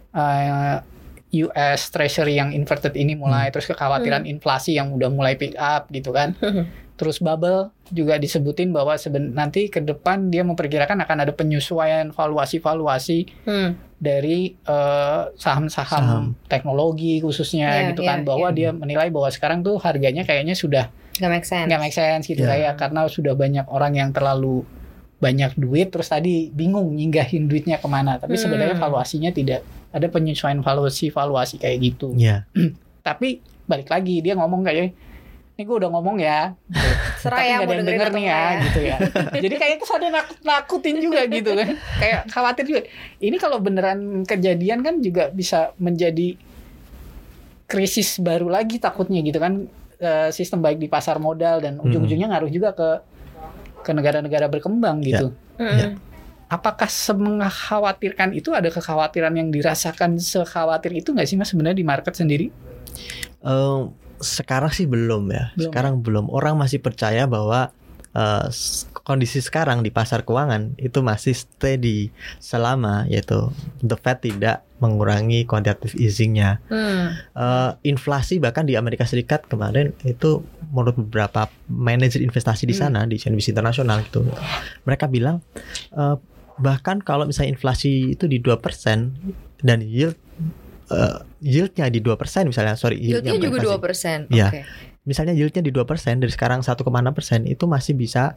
Speaker 1: US Treasury yang inverted ini mulai, terus kekhawatiran inflasi yang udah mulai pick up gitu kan. Terus bubble juga disebutin bahwa nanti ke depan dia memperkirakan akan ada penyesuaian valuasi dari saham-saham teknologi khususnya gitu kan, bahwa dia menilai bahwa sekarang tuh harganya kayaknya sudah nggak make sense gitu kayak karena sudah banyak orang yang terlalu banyak duit, terus tadi bingung nyinggahin duitnya kemana, tapi sebenarnya valuasinya tidak ada penyesuaian valuasi kayak gitu. Tapi balik lagi dia ngomong kayak ini gue udah ngomong ya, tapi nggak ada yang denger nih ya, gitu ya. Jadi kayak kesannya nakutin juga gitu kan, kayak khawatir juga. Ini kalau beneran kejadian kan juga bisa menjadi krisis baru lagi takutnya gitu kan, sistem baik di pasar modal dan ujung-ujungnya ngaruh juga ke negara-negara berkembang gitu. Apakah semengkhawatirkan itu, ada kekhawatiran yang dirasakan sekhawatir itu nggak sih Mas sebenarnya di market sendiri?
Speaker 3: Sekarang sih belum ya. Sekarang belum. Orang masih percaya bahwa kondisi sekarang di pasar keuangan itu masih steady selama yaitu The Fed tidak mengurangi quantitative easing-nya. Inflasi bahkan di Amerika Serikat kemarin itu menurut beberapa manajer investasi di sana di CNBC Internasional gitu, mereka bilang bahkan kalau misalnya inflasi itu di 2% dan yieldnya di 2% misalnya,
Speaker 2: yieldnya juga 2%.
Speaker 3: Ya. Misalnya yieldnya di 2% dari sekarang 1,6%, itu masih bisa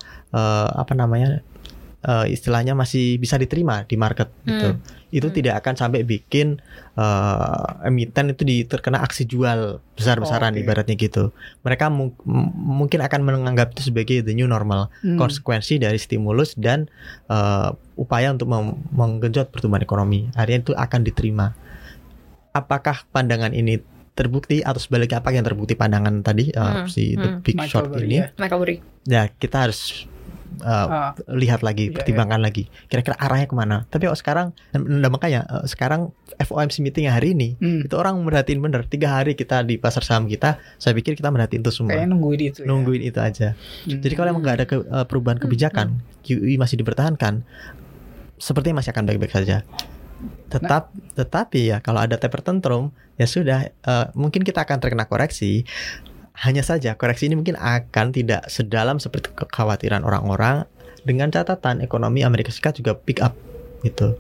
Speaker 3: istilahnya masih bisa diterima di market gitu. Itu tidak akan sampai bikin emiten itu terkena aksi jual besar-besaran ibaratnya gitu. Mereka mungkin akan menganggap itu sebagai the new normal, konsekuensi dari stimulus dan upaya untuk menggenjot pertumbuhan ekonomi. Akhirnya itu akan diterima. Apakah pandangan ini terbukti atau sebaliknya apa yang terbukti pandangan tadi si The Big Short ini?
Speaker 2: Michael Burry.
Speaker 3: Ya, kita harus lihat lagi, pertimbangkan lagi kira-kira arahnya kemana. Tapi sekarang makanya sekarang FOMC meeting hari ini itu orang merhatiin bener. 3 hari kita di pasar saham kita, saya pikir kita merhatiin itu semua.
Speaker 1: Kayak nungguin itu
Speaker 3: aja. Jadi kalau emang nggak ada perubahan kebijakan, QE masih dipertahankan, sepertinya masih akan baik-baik saja. Tetapi ya kalau ada taper tantrum, ya sudah, mungkin kita akan terkena koreksi. Hanya saja koreksi ini mungkin akan tidak sedalam seperti kekhawatiran orang-orang, dengan catatan ekonomi Amerika Serikat juga pick up gitu.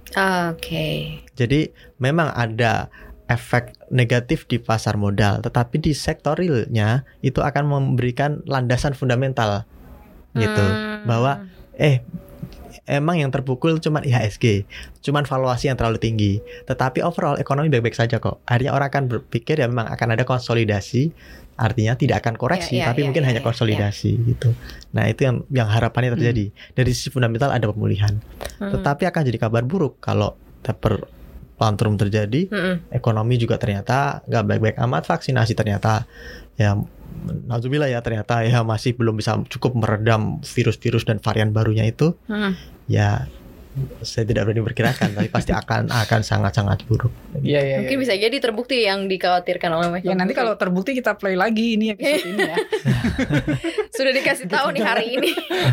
Speaker 3: Jadi memang ada efek negatif di pasar modal, tetapi di sektor realnya itu akan memberikan landasan fundamental gitu, bahwa emang yang terpukul cuman IHSG, cuman valuasi yang terlalu tinggi. Tetapi overall ekonomi baik-baik saja kok. Akhirnya orang akan berpikir ya memang akan ada konsolidasi, artinya tidak akan koreksi, tapi mungkin hanya konsolidasi gitu. Nah itu yang harapannya terjadi. Dari sisi fundamental ada pemulihan. Tetapi akan jadi kabar buruk kalau taper tantrum terjadi, ekonomi juga ternyata nggak baik-baik amat, vaksinasi ternyata ya nauzubillah ya ternyata ya masih belum bisa cukup meredam virus-virus dan varian barunya itu. Ya saya tidak berani berkirakan, tapi pasti akan sangat-sangat buruk.
Speaker 1: Iya.
Speaker 2: Mungkin bisa jadi terbukti yang dikhawatirkan oleh Michael.
Speaker 1: Ya nanti kalau terbukti kita play lagi ini episode ini ya.
Speaker 2: Sudah dikasih tahu nih hari ini.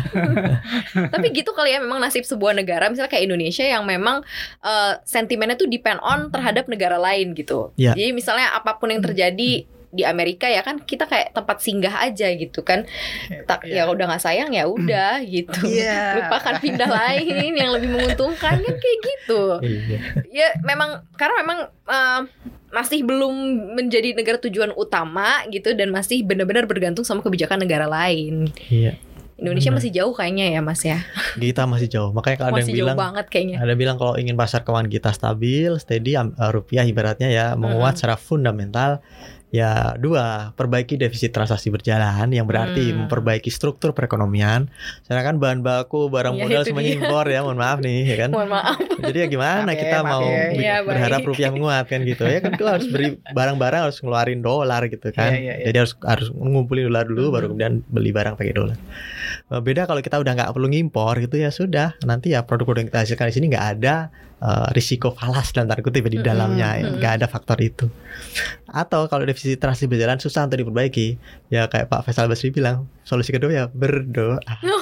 Speaker 2: Tapi gitu kali ya memang nasib sebuah negara, misalnya kayak Indonesia yang memang sentimennya tuh depend on terhadap negara lain gitu.
Speaker 3: Ya.
Speaker 2: Jadi misalnya apapun yang terjadi di Amerika ya kan kita kayak tempat singgah aja gitu kan. Ya udah nggak sayang ya udah gitu. Lupakan pindah lain yang lebih menguntungkan kan kayak gitu. Ya memang karena memang masih belum menjadi negara tujuan utama gitu dan masih benar-benar bergantung sama kebijakan negara lain. Indonesia masih jauh kayaknya ya Mas ya.
Speaker 3: Kita masih jauh. Makanya kalau ada yang bilang
Speaker 2: banget kayaknya.
Speaker 3: Ada bilang kalau ingin pasar keuangan kita stabil, steady, rupiah ibaratnya ya menguat secara fundamental. Ya 2, perbaiki defisit transaksi berjalan, yang berarti memperbaiki struktur perekonomian. Karena kan bahan baku, barang modal semuanya impor ya, mohon maaf nih ya kan.
Speaker 2: Mohon maaf.
Speaker 3: Jadi ya gimana kita mau berharap rupiah menguat kan gitu ya kan, kita harus beri barang-barang, harus ngeluarin dolar gitu kan. Jadi harus ngumpulin dolar dulu baru kemudian beli barang pakai dolar. Beda kalau kita udah nggak perlu ngimpor gitu ya sudah, nanti ya produk-produk yang kita hasilkan di sini nggak ada risiko falas dan tanda kutip di dalamnya, nggak ada faktor itu. Atau kalau defisit transaksi berjalan susah untuk diperbaiki, ya kayak Pak Faisal Basri bilang, solusi kedua ya berdoa.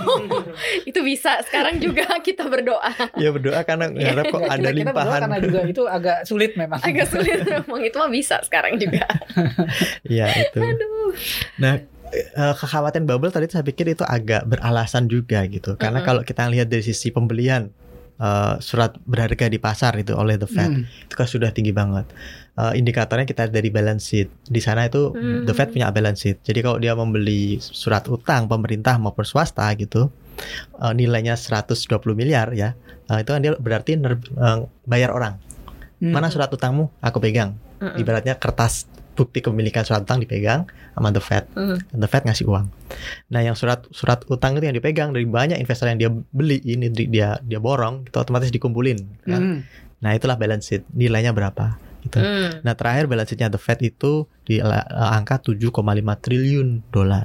Speaker 2: Itu bisa sekarang juga kita berdoa.
Speaker 3: Ya berdoa karena ngarep kok ada limpahan.
Speaker 1: Karena juga itu agak sulit memang.
Speaker 2: Agak sulit memang, itu mah bisa sekarang juga.
Speaker 3: Iya itu.
Speaker 2: Aduh.
Speaker 3: Nah kekhawatiran bubble tadi saya pikir itu agak beralasan juga gitu, karena kalau kita lihat dari sisi pembelian surat berharga di pasar itu oleh The Fed itu kan sudah tinggi banget. Indikatornya kita dari balance sheet di sana itu The Fed punya balance sheet. Jadi kalau dia membeli surat utang pemerintah maupun swasta gitu, nilainya 120 miliar ya, itu kan dia berarti bayar orang. Mana surat utangmu? Aku pegang. Ibaratnya kertas bukti kepemilikan surat utang dipegang sama The Fed. The Fed ngasih uang. Nah, yang surat utang itu yang dipegang dari banyak investor yang dia beli ini, dia borong, itu otomatis dikumpulin kan? Nah, itulah balance sheet, nilainya berapa gitu. Nah, terakhir balance sheetnya The Fed itu di angka 7,5 triliun dolar.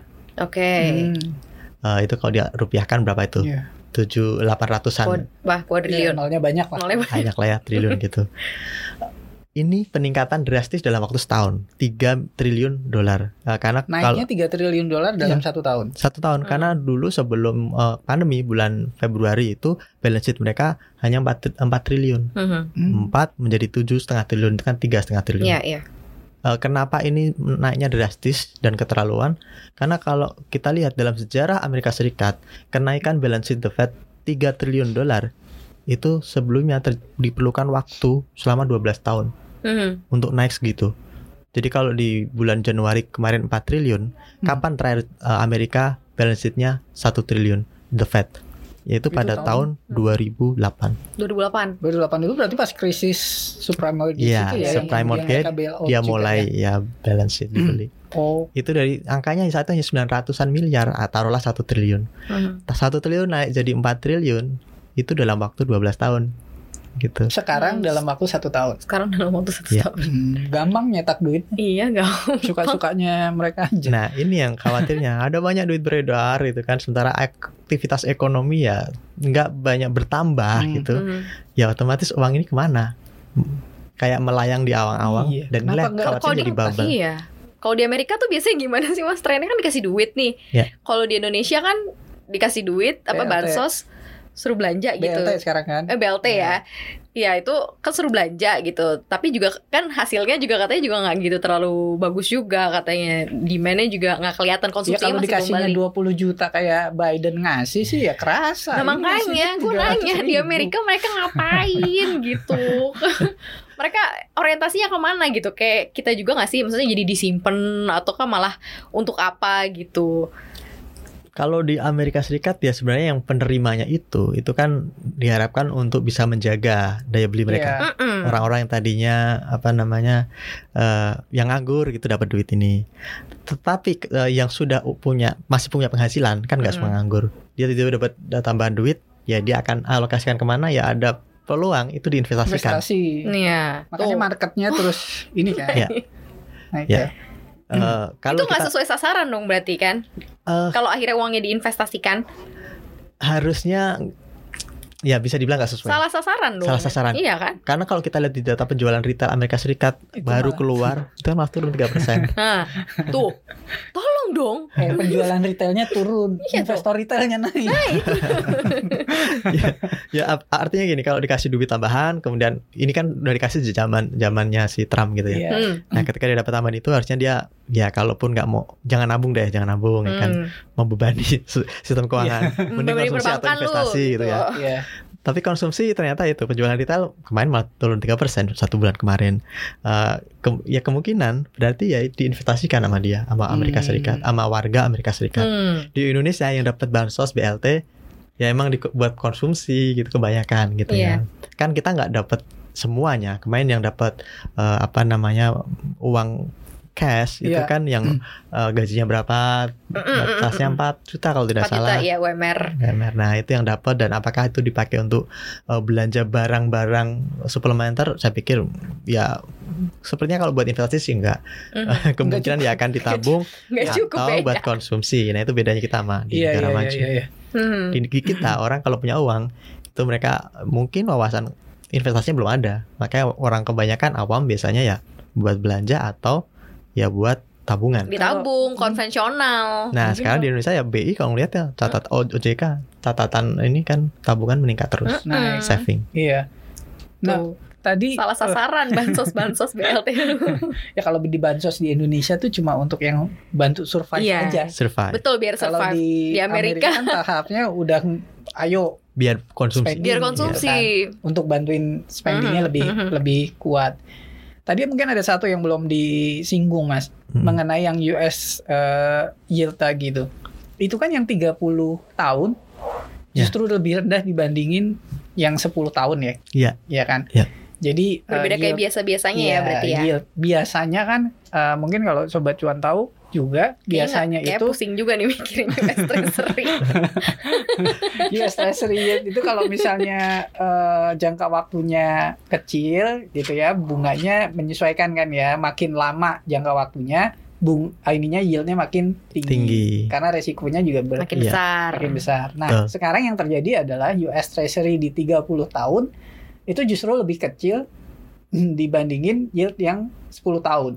Speaker 3: Itu kalau dia rupiahkan berapa itu? 7.800-an.
Speaker 2: Kuadriliun.
Speaker 1: Nolnya banyak lah.
Speaker 3: Banyak lah ya, triliun gitu. Ini peningkatan drastis dalam waktu setahun, 3 triliun dolar. Karena
Speaker 1: naiknya 3 triliun dolar dalam 1 tahun.
Speaker 3: 1 tahun, karena dulu sebelum pandemi bulan Februari itu balance sheet mereka hanya 4 triliun. 4 menjadi 7,5 triliun, itu kan 3,5 triliun. Kenapa ini naiknya drastis dan keterlaluan? Karena kalau kita lihat dalam sejarah Amerika Serikat, kenaikan balance sheet The Fed 3 triliun dolar itu sebelumnya diperlukan waktu selama 12 tahun untuk naik segitu. Jadi kalau di bulan Januari kemarin 4 triliun, kapan terakhir Amerika balance sheet-nya 1 triliun, the Fed? Yaitu pada tahun 2008.
Speaker 2: 2008
Speaker 1: itu berarti pas krisis subprime mortgage itu ya.
Speaker 3: Subprime mortgage dia mulai ya balance sheet dibeli. Itu dari angkanya saat itu hanya 900-an miliar, taruhlah 1 triliun. 1 triliun naik jadi 4 triliun itu dalam waktu 12 tahun. Gitu.
Speaker 1: Sekarang dalam waktu 1 tahun.
Speaker 2: Sekarang dalam waktu 1 tahun.
Speaker 1: Gampang nyetak duit.
Speaker 2: Iya, gampang.
Speaker 1: Suka-sukanya mereka aja.
Speaker 3: Nah, ini yang khawatirnya. Ada banyak duit beredar gitu kan, sementara aktivitas ekonomi ya nggak banyak bertambah gitu. Ya otomatis uang ini kemana? Kayak melayang di awang-awang dan khawatirnya jadi bubble.
Speaker 2: Iya. Kalau di Amerika tuh biasanya gimana sih Mas? Trennya kan dikasih duit nih. Kalau di Indonesia kan dikasih duit bansos, suruh belanja gitu.
Speaker 1: BLT sekarang kan?
Speaker 2: BLT ya. Ya itu kan suruh belanja gitu. Tapi juga kan hasilnya juga katanya juga nggak gitu terlalu bagus juga katanya. Demand-nya juga nggak kelihatan, konsumsinya masih
Speaker 1: dikasihnya 20 juta kayak Biden ngasih sih ya kerasa.
Speaker 2: Nah makanya gue nanya di Amerika mereka ngapain gitu. Mereka orientasinya kemana gitu? Kayak kita juga nggak sih? Maksudnya jadi disimpan atau kan malah untuk apa gitu?
Speaker 3: Kalau di Amerika Serikat ya sebenarnya yang penerimanya itu kan diharapkan untuk bisa menjaga daya beli mereka. Orang-orang yang tadinya yang nganggur gitu dapat duit ini. Tetapi yang sudah masih punya penghasilan kan nggak semua nganggur. Dia tiba-tiba dapat tambahan duit, ya dia akan alokasikan kemana, ya ada peluang itu diinvestasikan.
Speaker 2: Iya.
Speaker 1: Makanya marketnya terus ini kan. Naik ya.
Speaker 2: Kalau itu nggak sesuai sasaran dong berarti kan? Kalau akhirnya uangnya diinvestasikan,
Speaker 3: harusnya ya bisa dibilang nggak sesuai.
Speaker 2: Salah sasaran dong.
Speaker 3: Salah sasaran.
Speaker 2: Iya kan?
Speaker 3: Karena kalau kita lihat di data penjualan retail Amerika Serikat itu baru keluar itu kan malah turun 3%.
Speaker 2: Nah, tuh, tolong dong.
Speaker 1: Penjualan retailnya turun, investor retailnya naik.
Speaker 3: Artinya gini, kalau dikasih duit tambahan, kemudian ini kan udah dikasih zamannya si Trump gitu ya. Nah, ketika dia dapat tambahan itu harusnya dia ya kalaupun nggak mau, jangan nabung ya kan, membebani sistem keuangan, mending konsumsi atau investasi gitu ya. Tapi konsumsi ternyata itu penjualan retail kemarin malah turun 3% 1 bulan kemarin. Kemungkinan berarti ya diinvestasikan sama dia, sama Amerika Serikat, sama warga Amerika Serikat. Di Indonesia yang dapat bansos BLT ya emang buat konsumsi gitu kebanyakan gitu ya. Kan kita nggak dapat semuanya. Kemarin yang dapat uang cash itu kan yang gajinya berapa, batasnya 4 juta kalau tidak
Speaker 2: 4
Speaker 3: salah.
Speaker 2: 4 juta ya UMR.
Speaker 3: Nah itu yang dapat, dan apakah itu dipakai untuk belanja barang-barang suplementer? Saya pikir ya sepertinya kalau buat investasi sih enggak. Kemungkinan dia akan ditabung atau buat konsumsi. Nah itu bedanya kita sama di negara maju. Di kita orang kalau punya uang itu mereka mungkin wawasan investasinya belum ada. Makanya orang kebanyakan awam biasanya ya buat belanja atau ya buat tabungan.
Speaker 2: Ditabung konvensional.
Speaker 3: Nah, sekarang di Indonesia ya BI kalau ngeliat ya OJK catatan ini kan tabungan meningkat terus. Saving.
Speaker 1: Iya. Nah, tadi
Speaker 2: salah sasaran bansos BLT.
Speaker 1: Ya kalau di bansos di Indonesia tuh cuma untuk yang bantu survive aja.
Speaker 3: Survive.
Speaker 2: Betul, biar survive.
Speaker 1: Kalau di Amerika kan tahapnya udah ayo
Speaker 3: biar konsumsi.
Speaker 2: Biar konsumsi.
Speaker 1: Ya kan? Untuk bantuin spendingnya lebih kuat. Tadi mungkin ada satu yang belum disinggung Mas, mengenai yang US yield gitu. Itu kan yang 30 tahun justru lebih rendah dibandingin yang 10 tahun ya.
Speaker 3: Iya.
Speaker 1: Iya kan?
Speaker 3: Iya.
Speaker 2: Berbeda
Speaker 1: Jadi
Speaker 2: kayak biasa-biasanya ya berarti ya.
Speaker 1: Yield. Biasanya kan mungkin kalau Sobat Cuan tahu juga biasanya
Speaker 2: kayak
Speaker 1: itu
Speaker 2: pusing juga nih mikirin US Treasury.
Speaker 1: US Treasury itu kalau misalnya jangka waktunya kecil gitu ya, bunganya menyesuaikan kan ya, makin lama jangka waktunya ininya yieldnya makin tinggi. Karena resikonya juga makin besar. Nah, sekarang yang terjadi adalah US Treasury di 30 tahun itu justru lebih kecil dibandingin yield yang 10 tahun.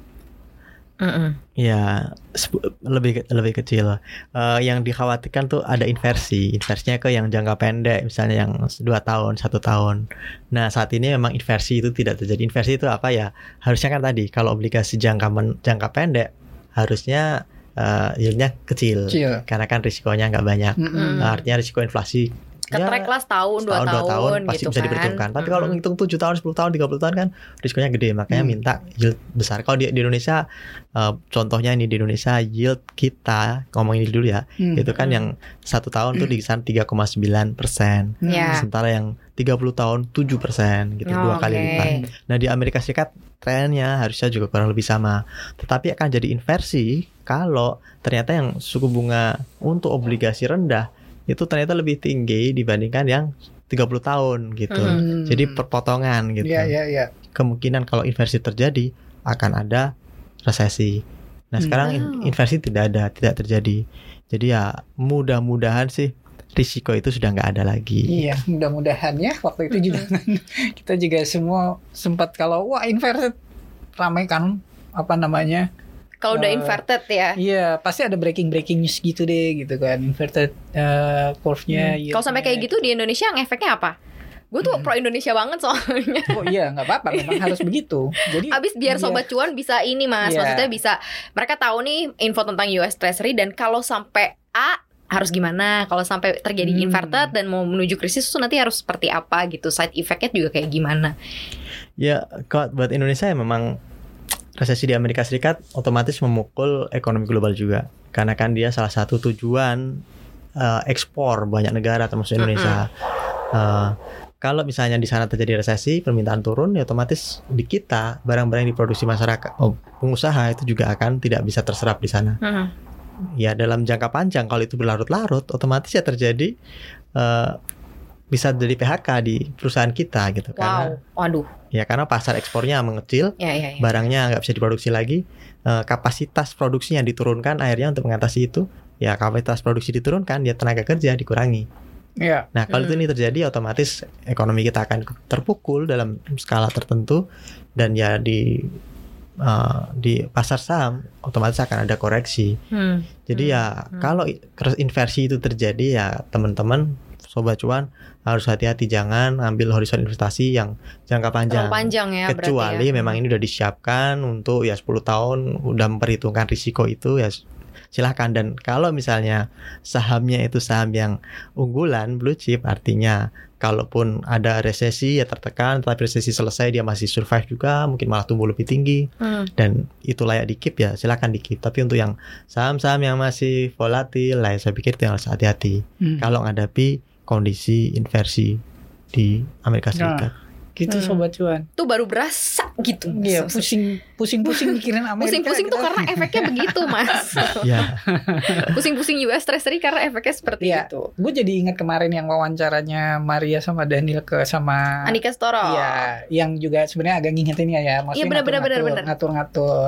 Speaker 3: Ya lebih kecil. Yang dikhawatirkan tuh ada inversinya ke yang jangka pendek, misalnya yang 2 tahun, 1 tahun. Nah saat ini memang inversi itu tidak terjadi. Inversi itu apa ya? Harusnya kan tadi kalau obligasi jangka pendek harusnya yieldnya kecil, karena kan risikonya nggak banyak. Artinya risiko inflasi
Speaker 2: Ketrack lah setahun, 2 tahun
Speaker 3: pasti
Speaker 2: gitu
Speaker 3: bisa
Speaker 2: kan.
Speaker 3: diperhitungkan. Tapi kalau ngitung 7 tahun, 10 tahun, 30 tahun kan risikonya gede, makanya minta yield besar. Kalau di Indonesia contohnya ini di Indonesia yield kita ngomongin dulu ya, itu kan yang 1 tahun tuh di kisaran 3,9%. Sementara yang 30 tahun 7% gitu, 2 kali lipat. Nah, di Amerika Serikat trennya harusnya juga kurang lebih sama. Tetapi akan jadi inversi kalau ternyata yang suku bunga untuk obligasi rendah itu ternyata lebih tinggi dibandingkan yang 30 tahun gitu. Jadi perpotongan gitu. Kemungkinan kalau inversi terjadi akan ada resesi. Nah, sekarang inversi tidak terjadi. Jadi ya mudah-mudahan sih risiko itu sudah nggak ada lagi.
Speaker 1: Iya, mudah-mudahan ya. Waktu itu juga kita juga semua sempat kalau inversi ramai kan
Speaker 2: kalau udah inverted ya.
Speaker 1: Iya, pasti ada breaking news gitu deh gitu kan. Inverted curve-nya.
Speaker 2: Kalau sampai kayak gitu di Indonesia ngefeknya apa? Gue tuh pro Indonesia banget soalnya.
Speaker 1: Oh iya, nggak apa-apa, memang harus begitu. Jadi
Speaker 2: habis biar sobat cuan bisa ini Mas, maksudnya bisa mereka tahu nih info tentang US Treasury dan kalau sampai A harus gimana, kalau sampai terjadi inverted dan mau menuju krisis itu nanti harus seperti apa gitu, side effect-nya juga kayak gimana.
Speaker 3: Ya, kalau buat Indonesia ya memang resesi di Amerika Serikat otomatis memukul ekonomi global juga, karena kan dia salah satu tujuan ekspor banyak negara termasuk Indonesia. Kalau misalnya di sana terjadi resesi, permintaan turun, ya otomatis di kita barang-barang yang diproduksi masyarakat, pengusaha itu juga akan tidak bisa terserap di sana. Ya dalam jangka panjang kalau itu berlarut-larut, otomatis ya terjadi bisa jadi PHK di perusahaan kita gitu. Karena pasar ekspornya mengecil, barangnya nggak bisa diproduksi lagi, kapasitas produksinya diturunkan, akhirnya untuk mengatasi itu, ya kapasitas produksi diturunkan, ya tenaga kerja dikurangi. Nah kalau itu ini terjadi, otomatis ekonomi kita akan terpukul dalam skala tertentu, dan ya di pasar saham otomatis akan ada koreksi. Jadi ya kalau inversi itu terjadi, ya teman-teman sobat cuan harus hati-hati, jangan ambil horizon investasi yang jangka panjang
Speaker 2: ya,
Speaker 3: kecuali memang ini udah disiapkan untuk ya 10 tahun, udah memperhitungkan risiko itu, ya silahkan. Dan kalau misalnya sahamnya itu saham yang unggulan blue chip, artinya kalaupun ada resesi ya tertekan, tapi resesi selesai dia masih survive juga, mungkin malah tumbuh lebih tinggi, dan itu layak di keep, ya silakan di keep. Tapi untuk yang saham-saham yang masih volatil lah, saya pikir itu harus hati-hati kalau menghadapi kondisi inversi di Amerika Serikat.
Speaker 1: Gitu sobat cuan.
Speaker 2: Tuh baru berasa gitu.
Speaker 1: Iya, pusing mikirin Amerika.
Speaker 2: Pusing-pusing tuh karena efeknya begitu, Mas. Pusing-pusing US Treasury karena efeknya seperti itu.
Speaker 1: Gue jadi ingat kemarin yang wawancaranya Maria sama Daniel sama
Speaker 2: Andika Storo.
Speaker 1: Iya, yang juga sebenarnya agak ngingetin ya. Maksudnya ngatur-ngatur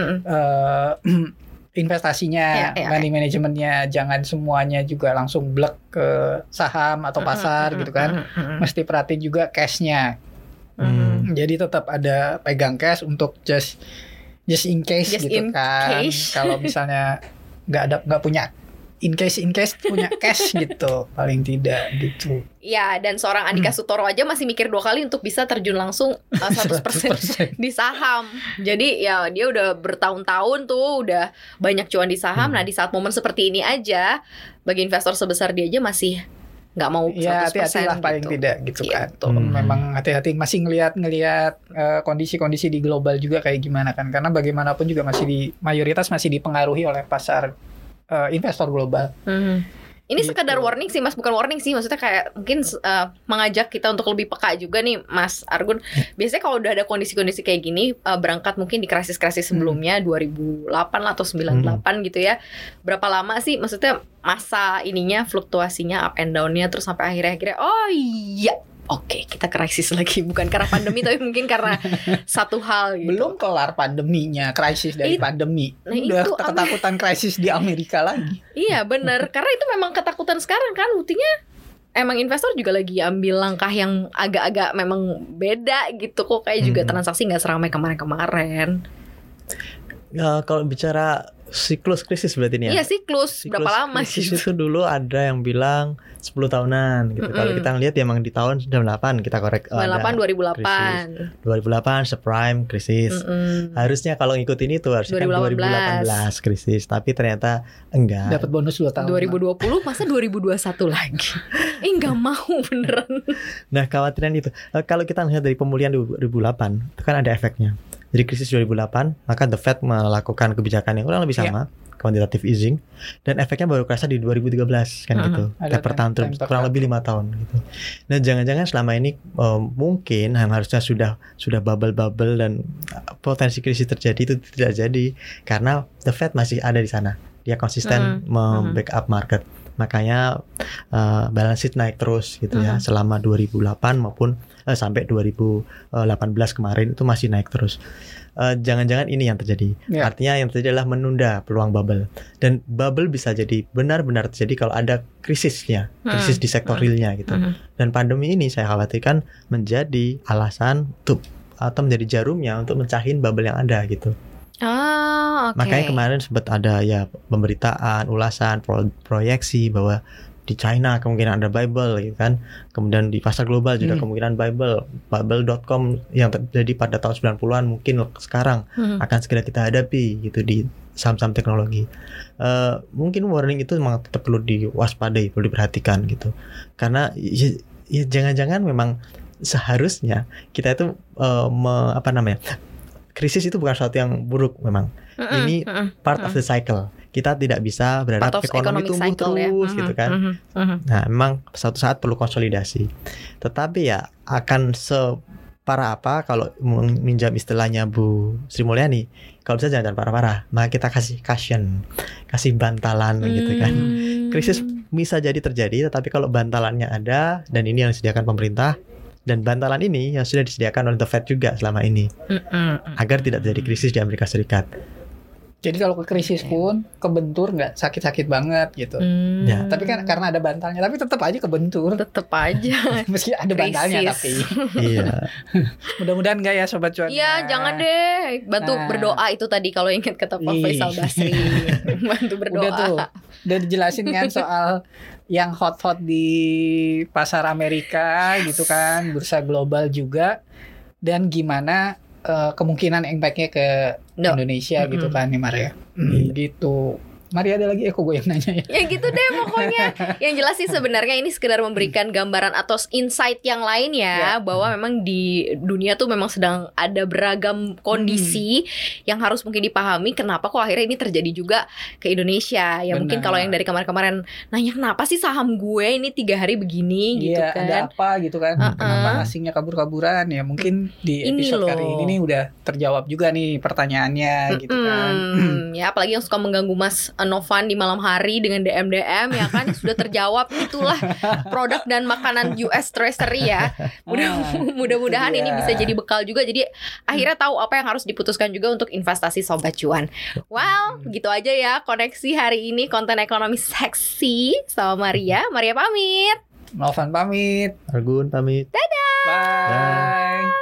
Speaker 1: investasinya, money managementnya, jangan semuanya juga langsung blek ke saham atau pasar gitu kan. Mesti perhatiin juga cashnya. Jadi tetap ada pegang cash untuk just in case gitu kan. Kalau misalnya nggak punya in case punya cash gitu, paling tidak gitu.
Speaker 2: Ya, dan seorang Andika Sutoro aja masih mikir 2 kali untuk bisa terjun langsung 100% di saham. Jadi ya dia udah bertahun-tahun tuh udah banyak cuan di saham. Nah di saat momen seperti ini aja, bagi investor sebesar dia aja masih nggak mau 100%
Speaker 1: ya, hati-hati lah paling tidak gitu kan. Memang hati-hati, masih ngelihat kondisi-kondisi di global juga kayak gimana kan, karena bagaimanapun juga mayoritas masih dipengaruhi oleh pasar investor global.
Speaker 2: Ini sekedar warning sih Mas, bukan warning sih, maksudnya kayak mungkin mengajak kita untuk lebih peka juga nih Mas Argun. Biasanya kalau udah ada kondisi-kondisi kayak gini, berangkat mungkin di krisis-krisis sebelumnya 2008 lah atau 98 gitu ya. Berapa lama sih maksudnya masa ininya, fluktuasinya up and down-nya, terus sampai akhirnya oh iya, oke, kita krisis lagi, bukan karena pandemi tapi mungkin karena satu hal gitu.
Speaker 1: Belum kelar pandeminya, krisis dari pandemi. Udah ketakutan krisis di Amerika lagi.
Speaker 2: Iya benar, karena itu memang ketakutan sekarang kan, buktinya emang investor juga lagi ambil langkah yang agak-agak memang beda gitu kok, kayak juga transaksi nggak seramai kemarin-kemarin.
Speaker 3: Ya, kalau bicara siklus krisis berarti ini ya?
Speaker 2: Iya siklus berapa lama sih?
Speaker 3: Krisis itu dulu ada yang bilang 10 tahunan gitu. Kalau kita ngelihat ya emang di tahun 98 kita korek.
Speaker 2: 2008
Speaker 3: subprime krisis. Harusnya kalau ngikutin itu harusnya 2018 krisis, tapi ternyata enggak.
Speaker 1: Dapat bonus 2 tahun.
Speaker 2: 2020 masa 2021 lagi. Nggak mau beneran.
Speaker 3: Nah, khawatiran itu. Kalau kita lihat dari pemulihan 2008, itu kan ada efeknya. Jadi krisis 2008, maka The Fed melakukan kebijakan yang kurang lebih sama, quantitative easing, dan efeknya baru kerasa di 2013 kan gitu. Taper tahun kurang lebih 5 tahun gitu. Nah, jangan-jangan selama ini mungkin yang harusnya sudah bubble dan potensi krisis terjadi itu tidak jadi karena The Fed masih ada di sana. Dia konsisten membackup market. Makanya balance sheet naik terus gitu ya selama 2008 maupun sampai 2018 kemarin itu masih naik terus. Jangan-jangan ini yang terjadi. Artinya yang terjadi adalah menunda peluang bubble. Dan bubble bisa jadi benar-benar terjadi kalau ada krisisnya, krisis di sektor realnya gitu. Dan pandemi ini saya khawatirkan menjadi alasan untuk atau menjadi jarumnya untuk mencahin bubble yang ada gitu. Makanya kemarin sempat ada ya pemberitaan, ulasan, proyeksi bahwa di China kemungkinan ada bubble gitu kan. Kemudian di pasar global juga kemungkinan bubble.com yang terjadi pada tahun 90-an mungkin sekarang akan segera kita hadapi gitu di saham-saham teknologi. Mungkin warning itu memang tetap perlu diwaspadai, perlu diperhatikan gitu. Karena ya jangan-jangan memang seharusnya kita itu krisis itu bukan sesuatu yang buruk memang. Ini part of the cycle. Kita tidak bisa berharap ekonomi tumbuh terus gitu kan. Nah, memang suatu saat perlu konsolidasi. Tetapi ya akan separah apa kalau minjam istilahnya Bu Sri Mulyani, kalau bisa jangan parah-parah. Maka kita kasih cushion, kasih bantalan gitu kan. Krisis bisa jadi terjadi, tetapi kalau bantalannya ada dan ini yang disediakan pemerintah, dan bantalan ini yang sudah disediakan oleh The Fed juga selama ini agar tidak terjadi krisis di Amerika Serikat.
Speaker 1: Jadi kalau ke krisis pun kebentur nggak sakit-sakit banget gitu.
Speaker 3: Ya.
Speaker 1: Tapi kan karena ada bantalnya, tapi tetap aja kebentur.
Speaker 2: Tetap aja.
Speaker 1: Meski ada bantalnya tapi.
Speaker 3: Iya.
Speaker 1: Mudah-mudahan nggak ya Sobat Cuan.
Speaker 2: Iya, jangan deh. Bantu berdoa itu tadi kalau ingat kata Pak Faisal Basri. Bantu berdoa.
Speaker 1: Udah tuh. Udah dijelasin kan soal yang hot-hot di pasar Amerika gitu kan, bursa global juga, dan gimana kemungkinan impact-nya ke Indonesia gitu kan nih Maria. Gitu. Maria ada lagi kok gue yang nanya ya.
Speaker 2: Ya gitu deh pokoknya. Yang jelas sih sebenarnya ini sekedar memberikan gambaran atau insight yang lain ya, bahwa memang di dunia tuh memang sedang ada beragam kondisi yang harus mungkin dipahami kenapa kok akhirnya ini terjadi juga ke Indonesia. Ya mungkin kalau yang dari kemarin-kemarin nanya kenapa sih saham gue ini 3 hari begini gitu kan.
Speaker 1: Ada apa gitu kan. Kenapa asingnya kabur-kaburan ya. Mungkin di episode kali ini nih udah terjawab juga nih pertanyaannya gitu kan.
Speaker 2: Ya apalagi yang suka mengganggu Mas Novan di malam hari dengan DM ya kan, sudah terjawab. Itulah produk dan makanan US Treasury ya. Mudah-mudahan ini bisa jadi bekal juga. Jadi akhirnya tahu apa yang harus diputuskan juga untuk investasi Sobat Cuan. Well, gitu aja ya koneksi hari ini, konten ekonomi seksi sama Maria. Maria pamit.
Speaker 1: Novan pamit.
Speaker 3: Argun pamit.
Speaker 2: Dadah.
Speaker 1: Bye.